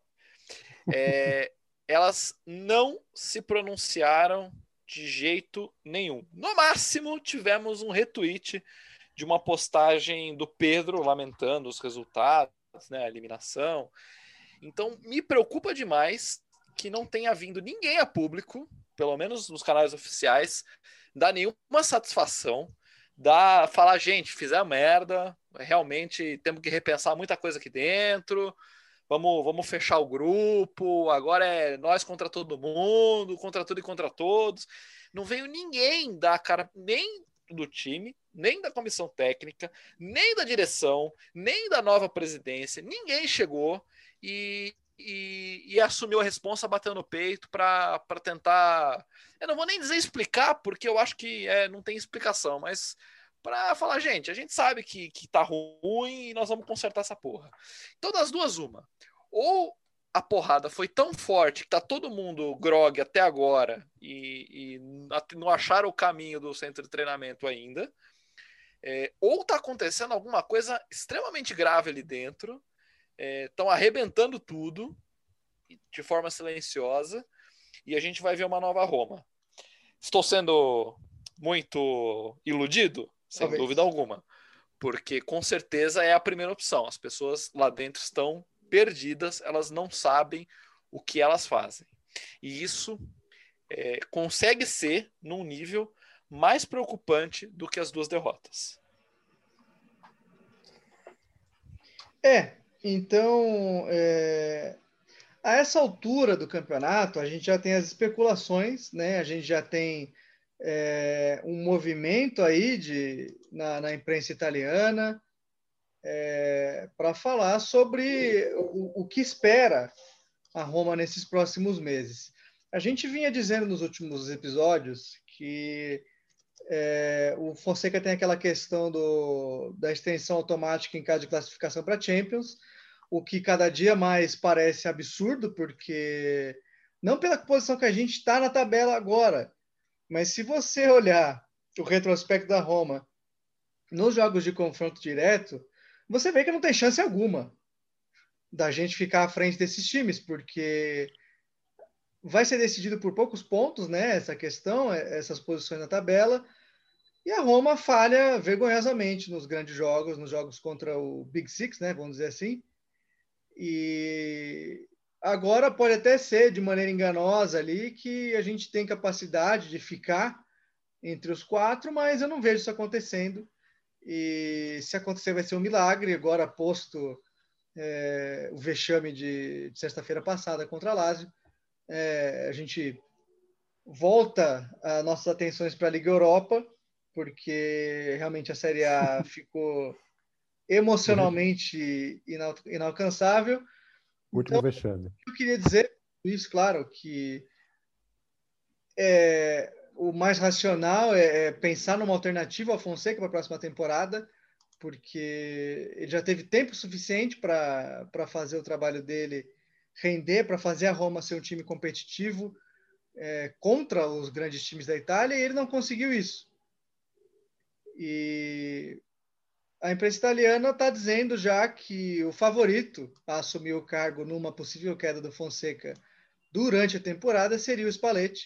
É, elas não se pronunciaram de jeito nenhum. No máximo, tivemos um retweet de uma postagem do Pedro lamentando os resultados, né, a eliminação. Então, me preocupa demais que não tenha vindo ninguém a público, pelo menos nos canais oficiais, dar nenhuma satisfação, dar, falar, gente, fizer merda, realmente temos que repensar muita coisa aqui dentro, vamos, vamos fechar o grupo, agora é nós contra todo mundo, contra tudo e contra todos. Não veio ninguém dar a cara, nem do time, nem da comissão técnica, nem da direção, nem da nova presidência, ninguém chegou e, e, e assumiu a responsa batendo no peito para tentar, eu não vou nem dizer explicar, porque eu acho que é, não tem explicação, mas para falar, gente, a gente sabe que, que tá ruim e nós vamos consertar essa porra. Então, das duas, uma. Ou a porrada foi tão forte que tá todo mundo grogue até agora e, e não acharam o caminho do centro de treinamento ainda, é, ou tá acontecendo alguma coisa extremamente grave ali dentro, estão é, arrebentando tudo de forma silenciosa e a gente vai ver uma nova Roma. Estou sendo muito iludido? Sem Talvez. dúvida alguma, porque com certeza é a primeira opção. As pessoas lá dentro estão perdidas, elas não sabem o que elas fazem. E isso é, consegue ser num nível mais preocupante do que as duas derrotas. É, então, é, a essa altura do campeonato, a gente já tem as especulações, né? A gente já tem é, um movimento aí de, na, na imprensa italiana é, para falar sobre o, o que espera a Roma nesses próximos meses. A gente vinha dizendo nos últimos episódios que é, o Fonseca tem aquela questão do, da extensão automática em caso de classificação para Champions, o que cada dia mais parece absurdo, porque não pela posição que a gente está na tabela agora, mas se você olhar o retrospecto da Roma nos jogos de confronto direto, você vê que não tem chance alguma da gente ficar à frente desses times, porque vai ser decidido por poucos pontos, né? Essa questão, essas posições na tabela, e a Roma falha vergonhosamente nos grandes jogos, nos jogos contra o Big Six, né? Vamos dizer assim. E agora pode até ser de maneira enganosa ali que a gente tem capacidade de ficar entre os quatro, mas eu não vejo isso acontecendo. E se acontecer vai ser um milagre, agora posto é, o vexame de, de sexta-feira passada contra a Lazio. É, a gente volta as nossas atenções para a Liga Europa, porque realmente a Série A ficou emocionalmente inal, inalcançável. Último então, vexame. Eu queria dizer isso, claro, que é, o mais racional é, é pensar numa alternativa ao Fonseca para a próxima temporada, porque ele já teve tempo suficiente para fazer o trabalho dele render, para fazer a Roma ser um time competitivo é, contra os grandes times da Itália, e ele não conseguiu isso. E a imprensa italiana está dizendo já que o favorito a assumir o cargo numa possível queda do Fonseca durante a temporada seria o Spalletti.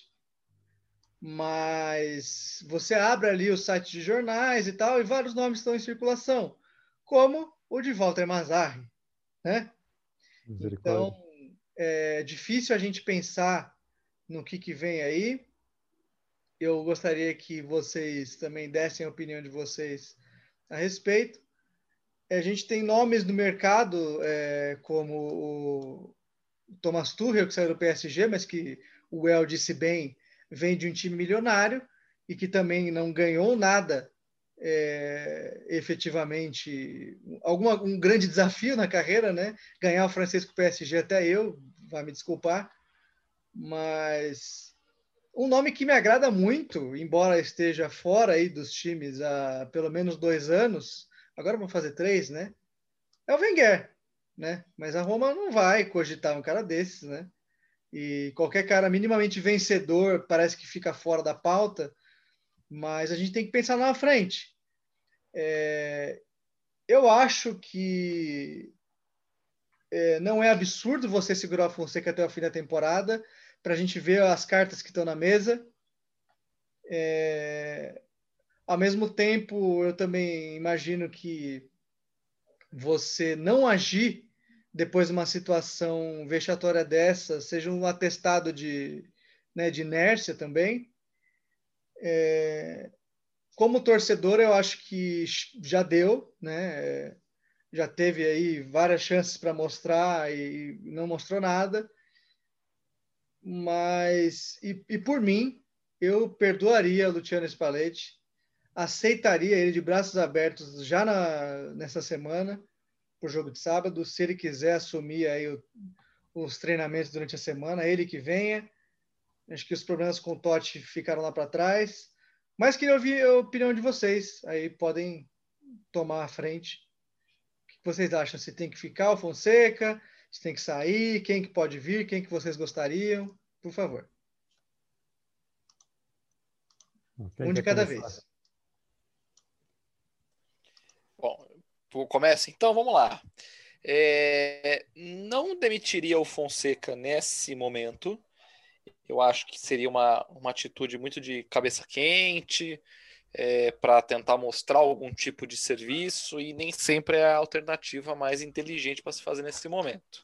Mas você abre ali o site de jornais e tal, e vários nomes estão em circulação, como o de Walter Mazzarri, né? Então, é difícil a gente pensar no que, que vem aí. Eu gostaria que vocês também dessem a opinião de vocês a respeito. A gente tem nomes no mercado, é, como o Thomas Tuchel, que saiu do P S G, mas que o El disse bem, vem de um time milionário e que também não ganhou nada é, efetivamente, alguma, um grande desafio na carreira, né? Ganhar o francês com o P S G, até eu, vai me desculpar, mas um nome que me agrada muito, embora esteja fora aí dos times há pelo menos dois anos, agora vão fazer três, né? É o Wenger, né? Mas a Roma não vai cogitar um cara desses, né? E qualquer cara minimamente vencedor parece que fica fora da pauta, mas a gente tem que pensar na frente. É, eu acho que é, não é absurdo você segurar o Fonseca até o fim da temporada, para a gente ver as cartas que estão na mesa. É, ao mesmo tempo, eu também imagino que você não agir depois de uma situação vexatória dessa, seja um atestado de, né, de inércia também. É, como torcedor, eu acho que já deu, né? Já teve aí várias chances para mostrar e não mostrou nada. Mas, e, e por mim, eu perdoaria o Luciano Spalletti, aceitaria ele de braços abertos já na, nessa semana, para o jogo de sábado, se ele quiser assumir aí o, os treinamentos durante a semana, ele que venha. Acho que os problemas com o Totti ficaram lá para trás. Mas queria ouvir a opinião de vocês. Aí podem tomar a frente. O que vocês acham? Se tem que ficar o Fonseca? Se tem que sair? Quem que pode vir? Quem que vocês gostariam? Por favor. Quem um de quer cada começar? vez. Bom, começa então, vamos lá. É, não demitiria o Fonseca nesse momento. Eu acho que seria uma, uma atitude muito de cabeça quente, é, para tentar mostrar algum tipo de serviço, e nem sempre é a alternativa mais inteligente para se fazer nesse momento.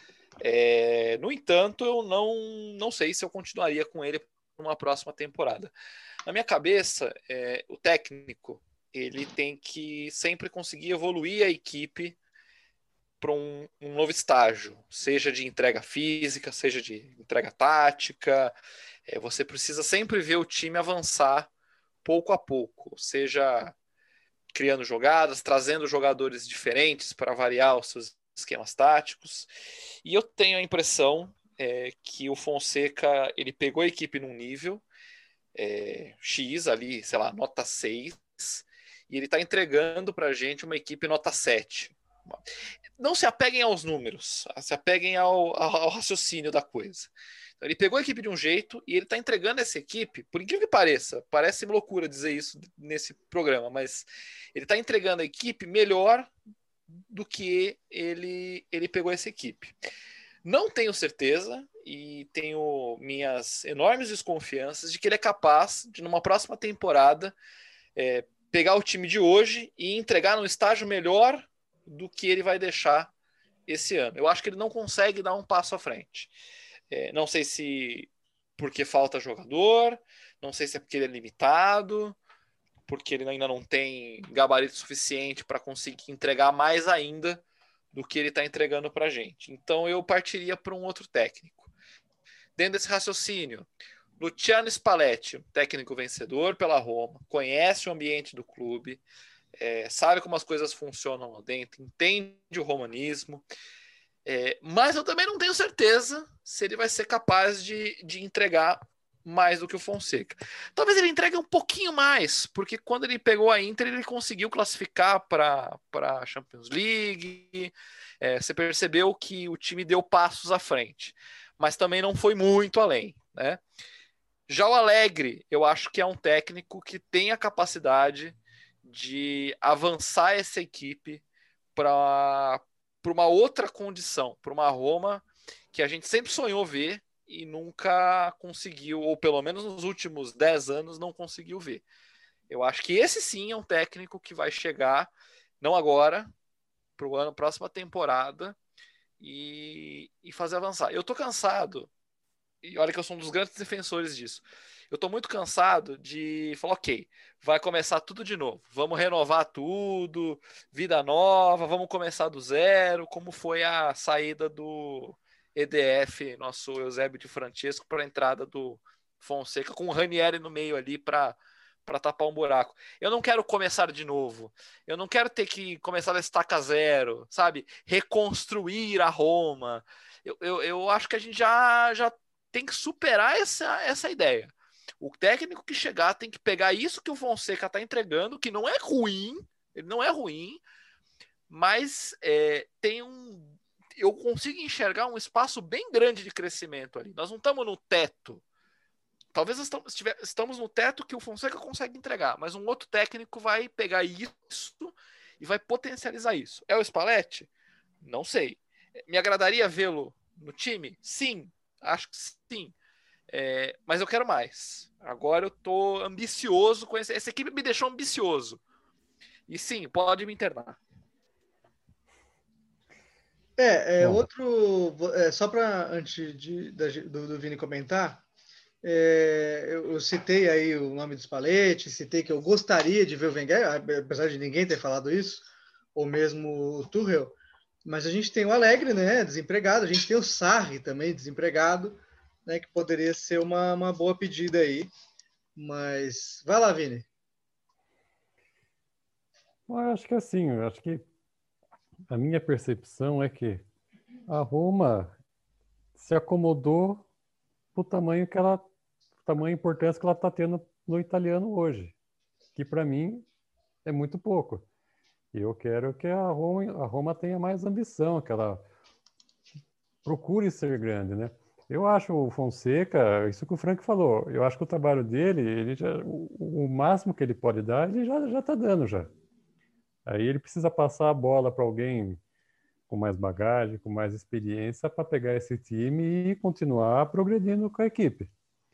É, no entanto, eu não, não sei se eu continuaria com ele numa próxima temporada. Na minha cabeça, é, o técnico ele tem que sempre conseguir evoluir a equipe para um, um novo estágio, seja de entrega física, seja de entrega tática. É, você precisa sempre ver o time avançar pouco a pouco, seja criando jogadas, trazendo jogadores diferentes para variar os seus esquemas táticos. E eu tenho a impressão é, que o Fonseca ele pegou a equipe num nível é, X ali, sei lá, nota seis, e ele está entregando para a gente uma equipe nota sete. Não se apeguem aos números, se apeguem ao, ao raciocínio da coisa. Então, ele pegou a equipe de um jeito e ele está entregando essa equipe, por incrível que pareça, parece loucura dizer isso nesse programa, mas ele está entregando a equipe melhor do que ele, ele pegou essa equipe. Não tenho certeza e tenho minhas enormes desconfianças de que ele é capaz de, numa próxima temporada, é, pegar o time de hoje e entregar num estágio melhor do que ele vai deixar esse ano. Eu acho que ele não consegue dar um passo à frente. É, não sei se porque falta jogador, não sei se é porque ele é limitado, porque ele ainda não tem gabarito suficiente para conseguir entregar mais ainda do que ele está entregando para a gente. Então eu partiria para um outro técnico. Dentro desse raciocínio, Luciano Spalletti, técnico vencedor pela Roma, conhece o ambiente do clube, é, sabe como as coisas funcionam lá dentro, entende o romanismo, é, mas eu também não tenho certeza se ele vai ser capaz de, de entregar mais do que o Fonseca. Talvez ele entregue um pouquinho mais, porque quando ele pegou a Inter, ele conseguiu classificar para a Champions League. É, você percebeu que o time deu passos à frente, mas também não foi muito além, né? Já o Alegre, eu acho que é um técnico que tem a capacidade de avançar essa equipe para uma outra condição, para uma Roma que a gente sempre sonhou ver e nunca conseguiu, ou pelo menos nos últimos dez anos não conseguiu ver. Eu acho que esse sim é um técnico que vai chegar, não agora, para o ano, próxima temporada, e, e fazer avançar. Eu tô cansado, e olha que eu sou um dos grandes defensores disso, eu tô muito cansado de falar, ok, vai começar tudo de novo, vamos renovar tudo, vida nova, vamos começar do zero, como foi a saída do E D F, nosso Eusébio de Francesco, para a entrada do Fonseca, com o Ranieri no meio ali para para tapar um buraco. Eu não quero começar de novo. Eu não quero ter que começar da estaca zero, sabe? Reconstruir a Roma. Eu, eu, eu acho que a gente já, já tem que superar essa, essa ideia. O técnico que chegar tem que pegar isso que o Fonseca está entregando, que não é ruim, ele não é ruim, mas é, tem um... eu consigo enxergar um espaço bem grande de crescimento ali. Nós não estamos no teto. Talvez estamos, estamos no teto que o Fonseca consegue entregar, mas um outro técnico vai pegar isso e vai potencializar isso. É o Spalletti? Não sei. Me agradaria vê-lo no time? Sim, acho que sim. É, mas eu quero mais. Agora eu tô ambicioso com esse, essa equipe me deixou ambicioso. E sim, pode me internar. É, é outro. É, só para antes de, do, do Vini comentar. É, eu, eu citei aí o nome do Spalletti, citei que eu gostaria de ver o Wenger, apesar de ninguém ter falado isso, ou mesmo o Tuchel, mas a gente tem o Alegre, né, desempregado, a gente tem o Sarri também, desempregado, né, que poderia ser uma, uma boa pedida aí, mas vai lá, Vini. Eu acho que assim, eu acho que a minha percepção é que a Roma se acomodou pro tamanho que ela tamanho e importância que ela está tendo no italiano hoje, que para mim é muito pouco. E eu quero que a Roma, a Roma tenha mais ambição, que ela procure ser grande, né? Eu acho o Fonseca, isso que o Frank falou, eu acho que o trabalho dele, ele já, o, o máximo que ele pode dar, ele já já está dando já. Aí ele precisa passar a bola para alguém com mais bagagem, com mais experiência, para pegar esse time e continuar progredindo com a equipe.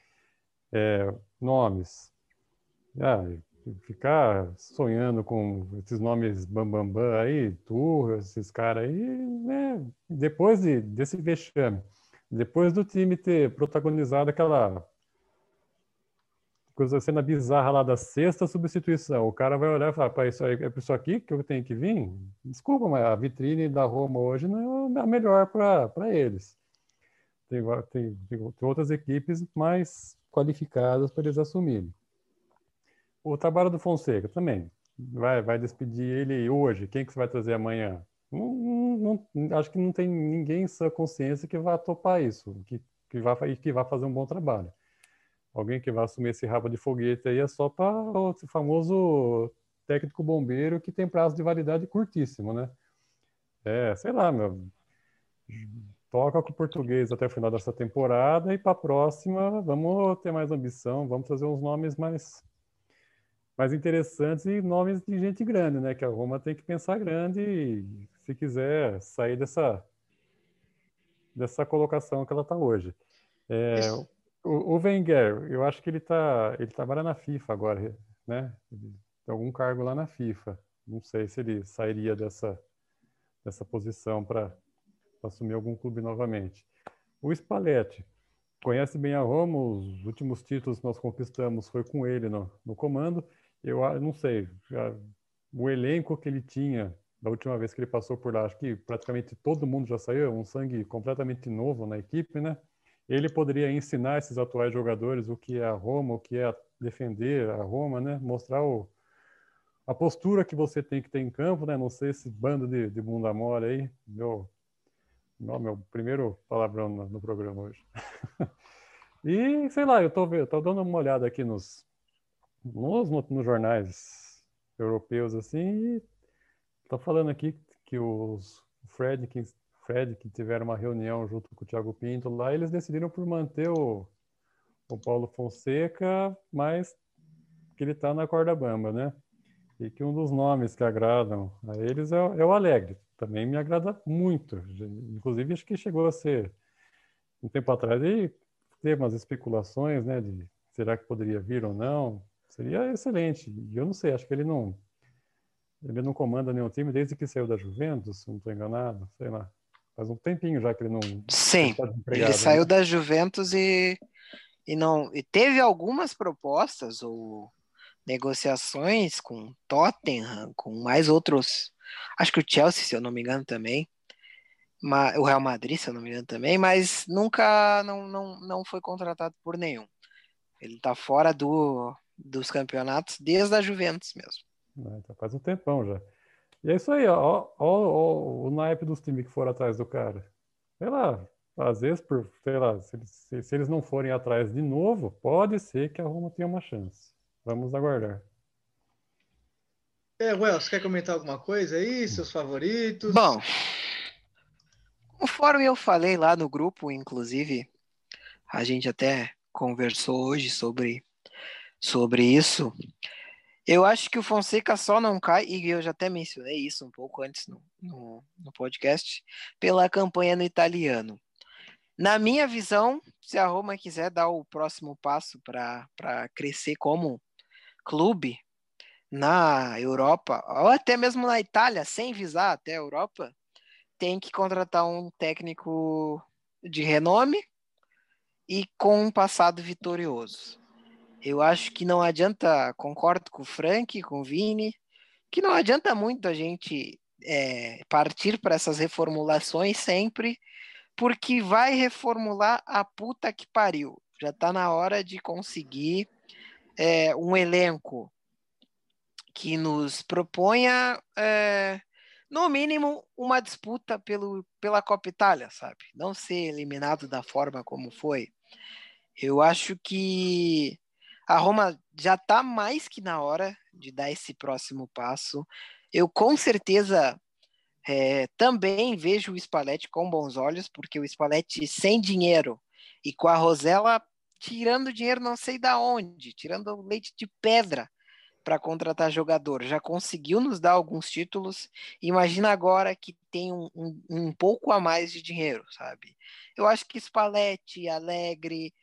É, nomes. Ah, ficar sonhando com esses nomes bambambam bam, bam aí, Turra, esses caras aí, né? Depois de, desse vexame, depois do time ter protagonizado aquela coisa, cena bizarra lá da sexta substituição, o cara vai olhar e falar, pá, isso aí, é por isso aqui que eu tenho que vir? Desculpa, mas a vitrine da Roma hoje não é a melhor para eles. Tem, tem, tem outras equipes mais qualificadas para eles assumirem. O trabalho do Fonseca também. Vai, vai despedir ele hoje. Quem que você vai trazer amanhã? Não, não, não, acho que não tem ninguém em sã consciência que vá topar isso, que, que, vá, que vá fazer um bom trabalho. Alguém que vai assumir esse rabo de foguete aí é só para o famoso técnico bombeiro que tem prazo de validade curtíssimo, né? É, sei lá, meu... Toca com o português até o final dessa temporada e para a próxima vamos ter mais ambição, vamos fazer uns nomes mais, mais interessantes e nomes de gente grande, né? Que a Roma tem que pensar grande e, se quiser sair dessa, dessa colocação que ela está hoje. É, o, o Wenger, eu acho que ele tá, ele trabalha na FIFA agora, né? Ele tem algum cargo lá na FIFA. Não sei se ele sairia dessa, dessa posição para assumir algum clube novamente. O Spalletti conhece bem a Roma, os últimos títulos que nós conquistamos foi com ele no, no comando. Eu, eu não sei, já, o elenco que ele tinha da última vez que ele passou por lá, acho que praticamente todo mundo já saiu, um sangue completamente novo na equipe, né? Ele poderia ensinar esses atuais jogadores o que é a Roma, o que é defender a Roma, né? Mostrar o, a postura que você tem que ter em campo, né? Não sei esse bando de, de bunda mole aí, meu... Não, meu primeiro palavrão no, no programa hoje. E, sei lá, eu tô, eu tô dando uma olhada aqui nos, nos, nos jornais europeus, assim, e tô falando aqui que os Fred, que, Fred, que tiveram uma reunião junto com o Thiago Pinto lá, eles decidiram por manter o, o Paulo Fonseca, mas que ele tá na corda bamba, né? E que um dos nomes que agradam a eles é, o- é o Alegre. Também me agrada muito. Inclusive, acho que chegou a ser, um tempo atrás, e teve umas especulações, né, de será que poderia vir ou não. Seria excelente. E eu não sei, acho que ele não, ele não comanda nenhum time desde que saiu da Juventus, se não estou enganado, sei lá. Faz um tempinho já que ele não, ele Sim, está ele desempregado, saiu né? da Juventus e, e não e teve algumas propostas ou negociações com Tottenham, com mais outros. Acho que o Chelsea, se eu não me engano, também. Mas, o Real Madrid, se eu não me engano, também, mas nunca não, não, não foi contratado por nenhum. Ele está fora do, dos campeonatos desde a Juventus mesmo. Né, então faz um tempão já. E é isso aí, ó, ó, ó, ó, o naipe dos times que foram atrás do cara. Sei lá, às vezes, por, sei lá, se eles, se, se eles não forem atrás de novo, pode ser que a Roma tenha uma chance. Vamos aguardar. É, Well, você quer comentar alguma coisa aí? Seus favoritos? Bom, conforme eu falei lá no grupo, inclusive, a gente até conversou hoje sobre, sobre isso. Eu acho que o Fonseca só não cai, e eu já até mencionei isso um pouco antes no, no, no podcast, pela campanha no italiano. Na minha visão, se a Roma quiser dar o próximo passo para crescer como clube na Europa, ou até mesmo na Itália, sem visar até a Europa, tem que contratar um técnico de renome e com um passado vitorioso. Eu acho que não adianta, concordo com o Frank, com o Vini, que não adianta muito a gente é, partir para essas reformulações sempre, porque vai reformular a puta que pariu. Já está na hora de conseguir é, um elenco que nos proponha, é, no mínimo, uma disputa pelo, pela Copa Itália, sabe? Não ser eliminado da forma como foi. Eu acho que a Roma já está mais que na hora de dar esse próximo passo. Eu com certeza é, também vejo o Spalletti com bons olhos, porque o Spalletti sem dinheiro e com a Rosella tirando dinheiro não sei da onde, tirando leite de pedra para contratar jogador, já conseguiu nos dar alguns títulos. Imagina agora que tem um, um, um pouco a mais de dinheiro, sabe? Eu acho que Spalletti, Allegri,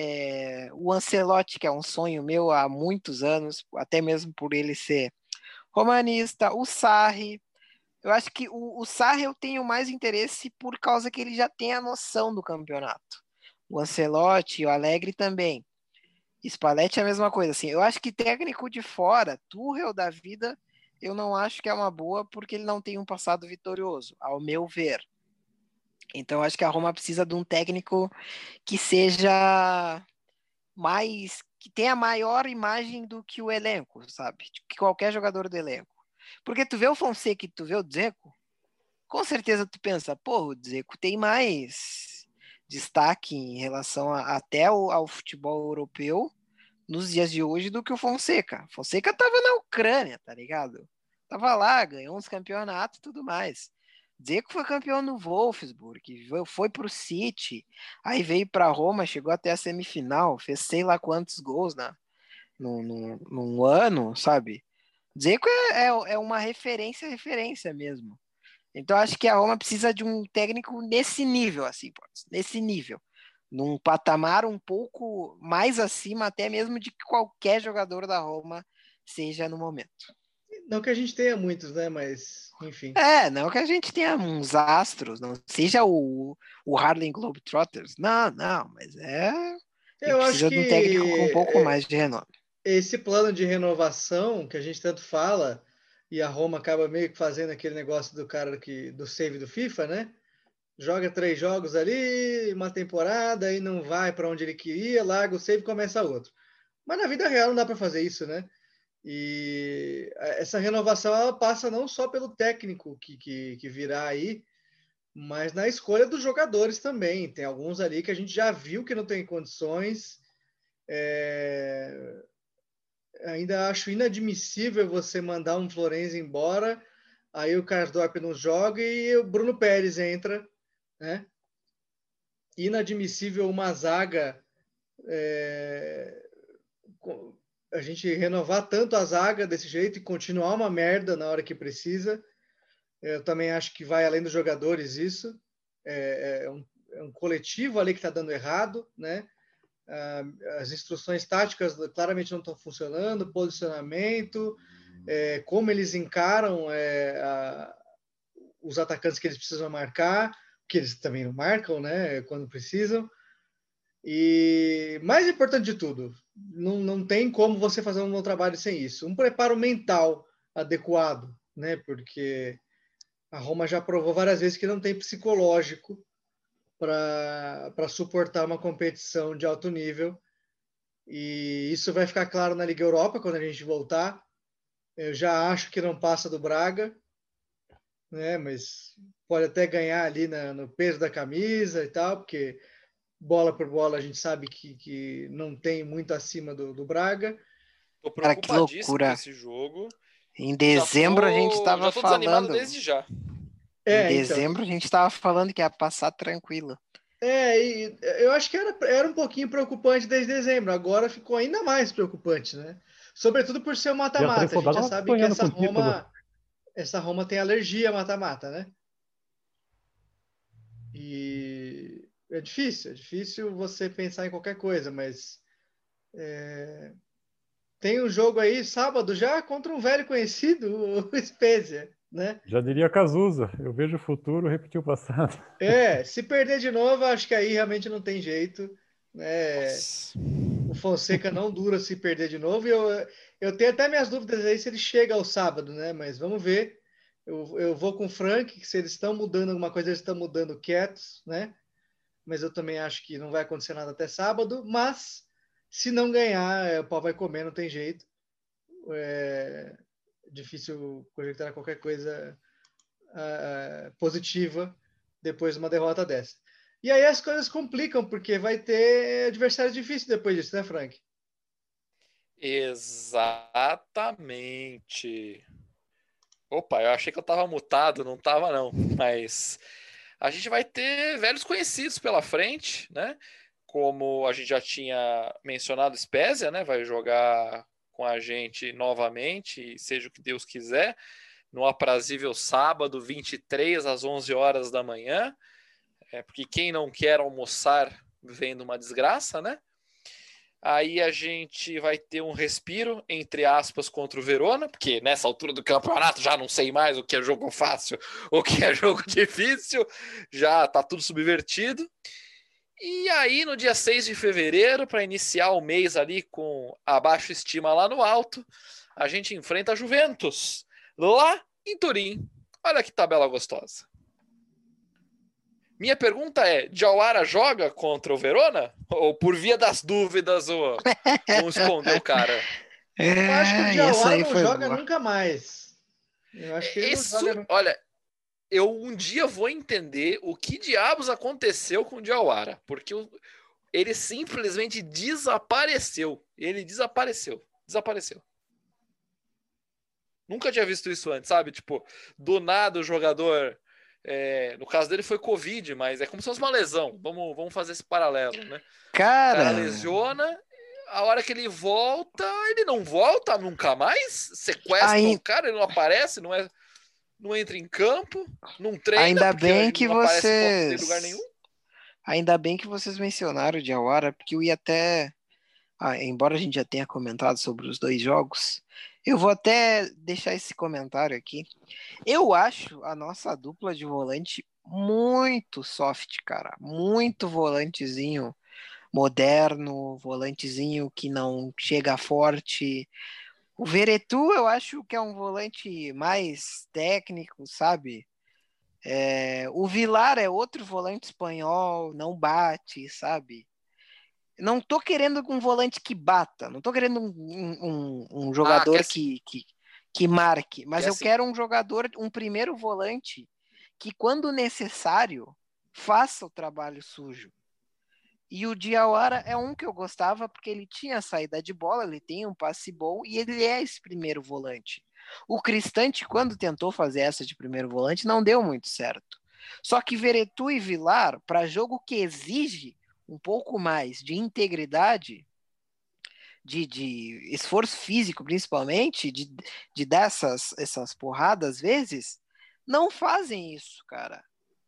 é, o Ancelotti, que é um sonho meu há muitos anos, até mesmo por ele ser romanista, o Sarri. Eu acho que o, o Sarri eu tenho mais interesse por causa que ele já tem a noção do campeonato. O Ancelotti, o Allegri também. Spalletti é a mesma coisa, assim. Eu acho que técnico de fora, Tuchel da vida, eu não acho que é uma boa porque ele não tem um passado vitorioso, ao meu ver. Então eu acho que a Roma precisa de um técnico que seja mais, que tenha maior imagem do que o elenco, sabe? Que qualquer jogador do elenco. Porque tu vê o Fonseca e tu vê o Dzeko, com certeza tu pensa, pô, o Dzeko tem mais destaque em relação a, até ao, ao futebol europeu nos dias de hoje do que o Fonseca. Fonseca tava na Ucrânia, tá ligado? Tava lá, ganhou uns campeonatos e tudo mais. Dzeko foi campeão no Wolfsburg, foi pro City, aí veio pra Roma, chegou até a semifinal, fez sei lá quantos gols na, no, no, num ano, sabe? Dzeko é, é, é uma referência, referência mesmo. Então acho que a Roma precisa de um técnico nesse nível, assim, nesse nível. Num patamar um pouco mais acima, até mesmo de que qualquer jogador da Roma seja no momento. Não que a gente tenha muitos, né? Mas, enfim. É, não que a gente tenha uns astros, não seja o, o Harlem Globetrotters. Não, não, mas é. Eu acho Precisa que de um técnico com um pouco mais de renome. esse plano de renovação que a gente tanto fala, e a Roma acaba meio que fazendo aquele negócio do cara que, do save do FIFA, né? Joga três jogos ali, uma temporada, e não vai para onde ele queria, larga o save e começa outro. Mas na vida real não dá para fazer isso, né? E essa renovação ela passa não só pelo técnico que, que, que virá aí, mas na escolha dos jogadores também. Tem alguns ali que a gente já viu que não tem condições. É... Ainda acho inadmissível você mandar um Florenzi embora, aí o Karsdorp não joga e o Bruno Pérez entra, né? Inadmissível uma zaga, é... a gente renovar tanto a zaga desse jeito e continuar uma merda na hora que precisa. Eu também acho que vai além dos jogadores isso. É, é, um, é um coletivo ali que está dando errado, né? As instruções táticas claramente não estão funcionando, posicionamento, é, como eles encaram é, a, os atacantes que eles precisam marcar, que eles também não marcam, né? Quando precisam. E mais importante de tudo, não, não tem como você fazer um bom trabalho sem isso. Um preparo mental adequado, né? Porque a Roma já provou várias vezes que não tem psicológico para suportar uma competição de alto nível. E isso vai ficar claro na Liga Europa quando a gente voltar. Eu já acho que não passa do Braga, né? Mas pode até ganhar ali na, no peso da camisa e tal, porque bola por bola a gente sabe que, que não tem muito acima do, do Braga. Tô Cara, que preocupadíssimo loucura. com esse jogo. Em dezembro tô, a gente estava já tô desanimado falando. desde já. É, em então. dezembro a gente estava falando que ia passar tranquilo. É, e eu acho que era, era um pouquinho preocupante desde dezembro. Agora ficou ainda mais preocupante, né? Sobretudo por ser o mata-mata. A gente já sabe que essa Roma, essa Roma tem alergia a mata-mata, né? E é difícil, é difícil você pensar em qualquer coisa, mas é, tem um jogo aí sábado já contra um velho conhecido, o Spezia, né? Já diria Cazuza, eu vejo o futuro repetir o passado. É, se perder de novo, acho que aí realmente não tem jeito, né? Nossa. O Fonseca não dura se perder de novo. E eu, eu tenho até minhas dúvidas aí se ele chega ao sábado, né? Mas vamos ver. Eu, eu vou com o Frank, que se eles estão mudando alguma coisa, eles estão mudando quietos, né? Mas eu também acho que não vai acontecer nada até sábado. Mas se não ganhar, é, o pau vai comer, não tem jeito. É difícil conjecturar qualquer coisa uh, positiva depois de uma derrota dessa. E aí as coisas complicam, porque vai ter adversário difícil depois disso, né, Frank? Exatamente. Opa, eu achei que eu tava mutado, não tava não, mas a gente vai ter velhos conhecidos pela frente, né? Como a gente já tinha mencionado, Spezia, né? Vai jogar com a gente novamente, seja o que Deus quiser, no aprazível sábado, vinte e três às onze horas da manhã. É, porque quem não quer almoçar vendo uma desgraça, né? Aí a gente vai ter um respiro, entre aspas, contra o Verona, porque nessa altura do campeonato já não sei mais o que é jogo fácil, o que é jogo difícil, já tá tudo subvertido. E aí no dia seis de fevereiro, para iniciar o mês ali com a baixa estima lá no alto, a gente enfrenta a Juventus, lá em Turim. Olha que tabela gostosa. Minha pergunta é, Diawara joga contra o Verona? Ou por via das dúvidas, ou vão esconder o cara? Eu acho que o É, Diawara não joga boa. nunca mais. Eu acho que ele Isso, não joga nunca. Olha, eu um dia vou entender o que diabos aconteceu com o Diawara, porque o, ele simplesmente desapareceu. Ele desapareceu. Desapareceu. Nunca tinha visto isso antes, sabe? Tipo, do nada o jogador... É, no caso dele foi Covid, mas é como se fosse uma lesão. Vamos, vamos fazer esse paralelo, né? Cara... O cara lesiona, a hora que ele volta, ele não volta nunca mais? Sequestra Aí... o cara, ele não aparece, não, é, não entra em campo, não treina, Ainda bem que não aparece vocês... em lugar nenhum. Ainda bem que vocês mencionaram o Diawara, porque eu ia até... Ah, embora a gente já tenha comentado sobre os dois jogos, eu vou até deixar esse comentário aqui. Eu acho a nossa dupla de volante muito soft, cara. Muito volantezinho moderno, volantezinho que não chega forte. O Veretout eu acho que é um volante mais técnico, sabe? É, o Vilar é outro volante espanhol, não bate, sabe? Não tô querendo um volante que bata, não tô querendo um, um, um jogador ah, que, que, que marque, mas eu assim. quero um jogador, um primeiro volante que quando necessário, faça o trabalho sujo. E o Diawara é um que eu gostava porque ele tinha saída de bola, ele tem um passe bom e ele é esse primeiro volante. O Cristante, quando tentou fazer essa de primeiro volante, não deu muito certo. Só que Veretout e Vilar, para jogo que exige um pouco mais de integridade, de, de esforço físico principalmente, de, de dar essas, essas porradas às vezes, não fazem isso, cara.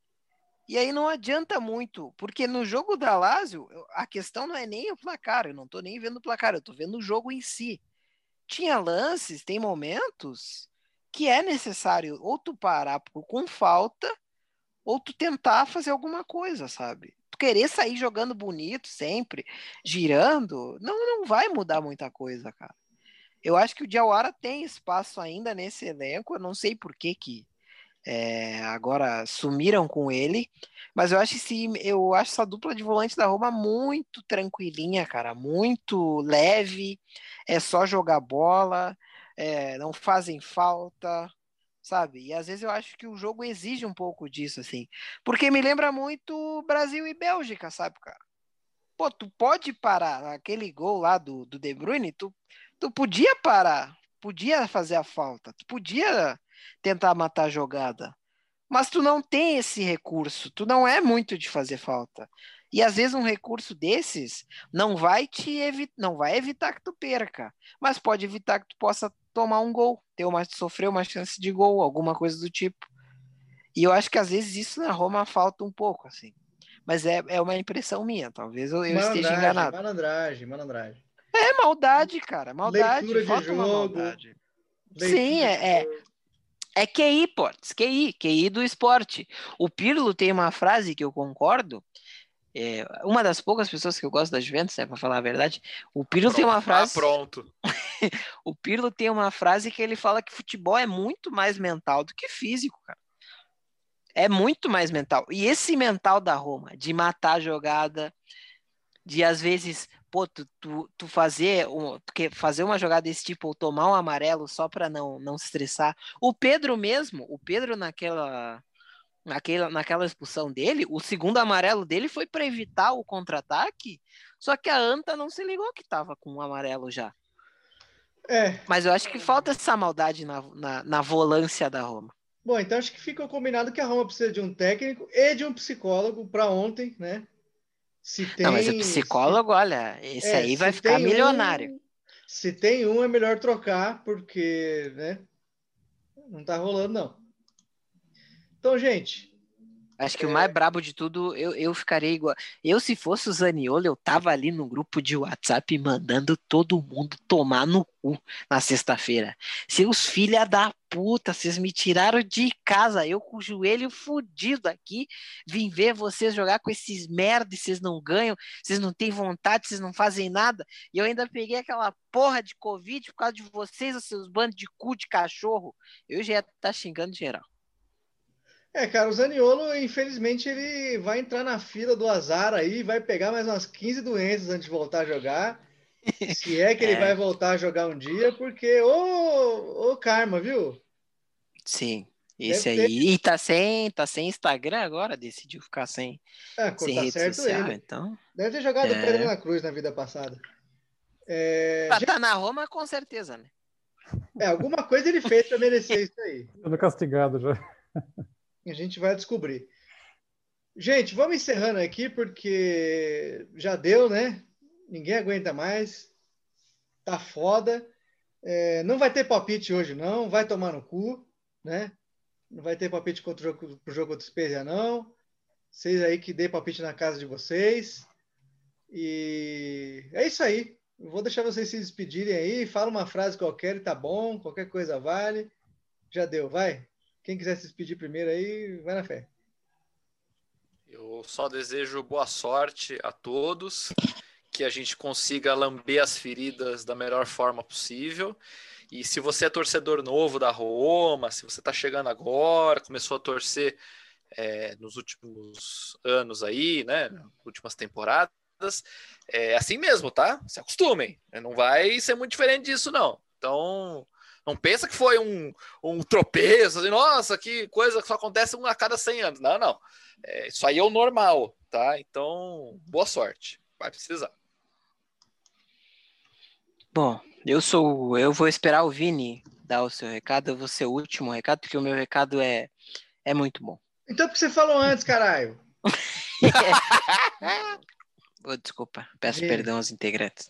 E aí não adianta muito, porque no jogo da Lazio, a questão não é nem o placar, eu não tô nem vendo o placar, eu tô vendo o jogo em si. Tinha lances, tem momentos que é necessário ou tu parar com falta, ou tu tentar fazer alguma coisa, sabe? Tu querer sair jogando bonito sempre, girando, não, não vai mudar muita coisa, cara. Eu acho que o Diawara tem espaço ainda nesse elenco, eu não sei por que que É, agora sumiram com ele, mas eu acho, esse, eu acho essa dupla de volante da Roma muito tranquilinha, cara, muito leve, é só jogar bola, é, não fazem falta, sabe? E às vezes eu acho que o jogo exige um pouco disso, assim, porque me lembra muito Brasil e Bélgica, sabe, cara? Pô, tu pode parar, aquele gol lá do, do De Bruyne, tu, tu podia parar, podia fazer a falta, tu podia tentar matar a jogada, mas tu não tem esse recurso, tu não é muito de fazer falta, e às vezes um recurso desses não vai te evi- não vai evitar que tu perca, mas pode evitar que tu possa tomar um gol, ter uma, sofrer uma chance de gol, alguma coisa do tipo, e eu acho que às vezes isso na Roma falta um pouco, assim, mas é, é uma impressão minha, talvez eu, eu esteja Malandragem, enganado. malandragem, malandragem. É maldade, cara, maldade, Leitura de falta uma jogo, maldade. leitura Sim, de é, é, jogo. é Q I, Portes, Q I, Q I do esporte. O Pirlo tem uma frase que eu concordo, é, uma das poucas pessoas que eu gosto da Juventus, né, para falar a verdade, o Pirlo tem uma Ah, frase, pronto. o Pirlo tem uma frase que ele fala que futebol é muito mais mental do que físico, cara. É muito mais mental. E esse mental da Roma, de matar a jogada, de às vezes, pô, tu, tu, tu fazer, um, tu fazer uma jogada desse tipo ou tomar um amarelo só para não, não se estressar. O Pedro mesmo, o Pedro naquela, naquela, naquela expulsão dele, o segundo amarelo dele foi para evitar o contra-ataque, só que a Anta não se ligou que tava com um amarelo já. É. Mas eu acho que falta essa maldade na, na, na volância da Roma. Bom, então acho que ficou combinado que a Roma precisa de um técnico e de um psicólogo para ontem, né? Se tem, não, mas o psicólogo, se, olha, esse é, aí vai ficar milionário. Um, se tem um, é melhor trocar, porque, né? Não tá rolando, não. Então, gente... Acho que é... o mais brabo de tudo, eu, eu ficaria igual. Eu, se fosse o Zaniolo, eu tava ali no grupo de WhatsApp mandando todo mundo tomar no cu na sexta-feira. Seus filha da puta, vocês me tiraram de casa, eu com o joelho fudido aqui, vim ver vocês jogar com esses merda, vocês não ganham, vocês não têm vontade, vocês não fazem nada. E eu ainda peguei aquela porra de Covid por causa de vocês, os seus bandos de cu de cachorro. Eu já ia estar xingando geral. É, cara, o Zaniolo, infelizmente, ele vai entrar na fila do azar aí, vai pegar mais umas quinze doenças antes de voltar a jogar. Se é que ele é. vai voltar a jogar um dia, porque ô, ô karma, viu? Sim, esse Deve aí. Ter... E tá sem, tá sem Instagram agora, decidiu ficar sem, é, sem tá rede certo social, ele. então. Deve ter jogado é. pedra na cruz na vida passada. É... Pra tá na Roma, com certeza, né? É, alguma coisa ele fez pra merecer isso aí. Tô castigado já. A gente vai descobrir. Gente, vamos encerrando aqui, porque já deu, né? Ninguém aguenta mais. Tá foda. É, não vai ter palpite hoje, não. Vai tomar no cu, né? Não vai ter palpite contra o jogo, pro jogo do Spezia, não. Vocês aí que dê palpite na casa de vocês. E é isso aí. Eu vou deixar vocês se despedirem aí. Fala uma frase qualquer e tá bom. Qualquer coisa vale. Já deu, vai. Quem quiser se despedir primeiro aí, vai na fé. Eu só desejo boa sorte a todos, que a gente consiga lamber as feridas da melhor forma possível. E se você é torcedor novo da Roma, se você está chegando agora, começou a torcer é, nos últimos anos aí, né, últimas temporadas, é assim mesmo, tá? Se acostumem. Não vai ser muito diferente disso, não. Então, Não pensa que foi um, um tropeço, assim, nossa, que coisa que só acontece um a cada cem anos. Não, não. É, isso aí é o normal, tá? Então, boa sorte. Vai precisar. Bom, eu sou. Eu vou esperar o Vini dar o seu recado. Eu vou ser o último recado, porque o meu recado é, é muito bom. Então, por que você falou antes, caralho? Oh, desculpa, peço Vini. perdão aos integrantes.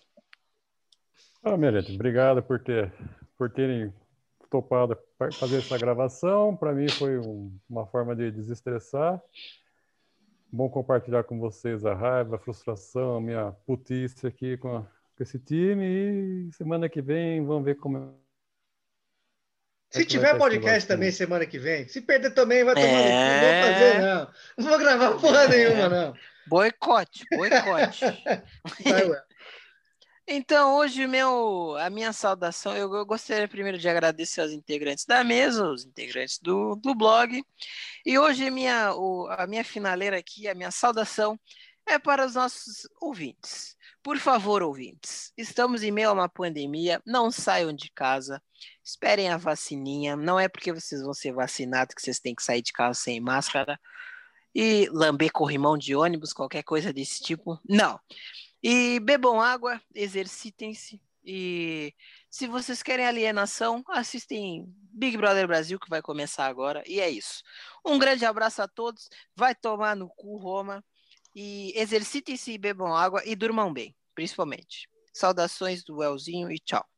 Ah, Merete, obrigado por, ter, por terem topado fazer essa gravação. Para mim foi um, uma forma de desestressar. Bom compartilhar com vocês a raiva, a frustração, a minha putice aqui com, a, com esse time. E semana que vem vamos ver como Se é tiver podcast também do... semana que vem, se perder também vai tomar É... no cu. Não vou fazer, não. Não vou gravar porra É... nenhuma, não. Boicote, boicote. Vai, ué. Então, hoje, meu, a minha saudação, eu, eu gostaria primeiro de agradecer aos integrantes da mesa, os integrantes do, do blog. E hoje, minha, o, a minha finaleira aqui, a minha saudação, é para os nossos ouvintes. Por favor, ouvintes, estamos em meio a uma pandemia, não saiam de casa, esperem a vacininha, não é porque vocês vão ser vacinados que vocês têm que sair de casa sem máscara e lamber corrimão de ônibus, qualquer coisa desse tipo, não. E bebam água, exercitem-se e se vocês querem alienação, assistem Big Brother Brasil, que vai começar agora, e é isso. Um grande abraço a todos, vai tomar no cu, Roma, e exercitem-se e bebam água e durmam bem, principalmente. Saudações do Elzinho e tchau.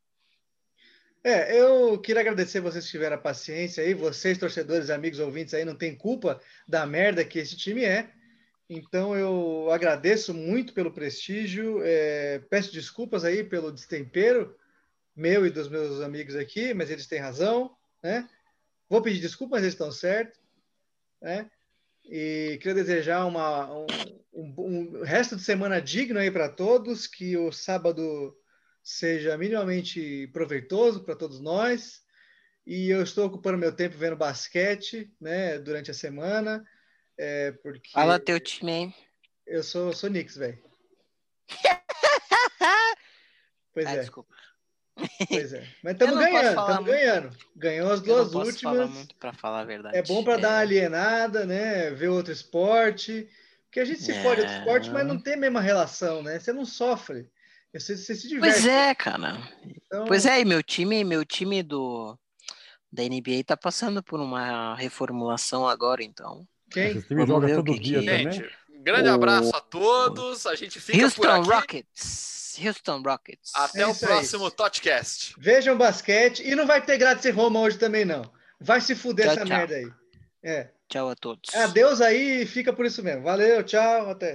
É, eu queria agradecer vocês que tiveram a paciência aí, vocês, torcedores, amigos, ouvintes aí, não tem culpa da merda que esse time é. Então eu agradeço muito pelo prestígio, é, peço desculpas aí pelo destempero meu e dos meus amigos aqui, mas eles têm razão, né? Vou pedir desculpas, mas eles estão certos, né? E queria desejar uma, um, um, um resto de semana digno aí para todos, que o sábado seja minimamente proveitoso para todos nós. E eu estou ocupando meu tempo vendo basquete, né, durante a semana. É porque Fala teu time, hein? Eu sou, sou Knicks, velho. Pois ah, é. Desculpa. Pois é. Mas estamos ganhando, estamos ganhando. Ganhou as duas eu não últimas. Falar muito para falar a verdade. É bom para é... dar uma alienada, né? Ver outro esporte. Porque a gente se é... fode outro esporte, mas não tem a mesma relação, né? Você não sofre. Você, você se diverte. Pois é, cara. Então... Pois é, e meu time, meu time do da N B A tá passando por uma reformulação agora, então. Quem? Esse time joga todo que dia que... também. Gente, um grande o... abraço a todos. A gente fica Houston por aqui. Rockets. Houston Rockets. Até é o próximo Totcast. Vejam basquete. E não vai ter grátis em Roma hoje também, não. Vai se fuder tchau, essa tchau. merda aí. É. Tchau a todos. Adeus aí e fica por isso mesmo. Valeu, tchau, até.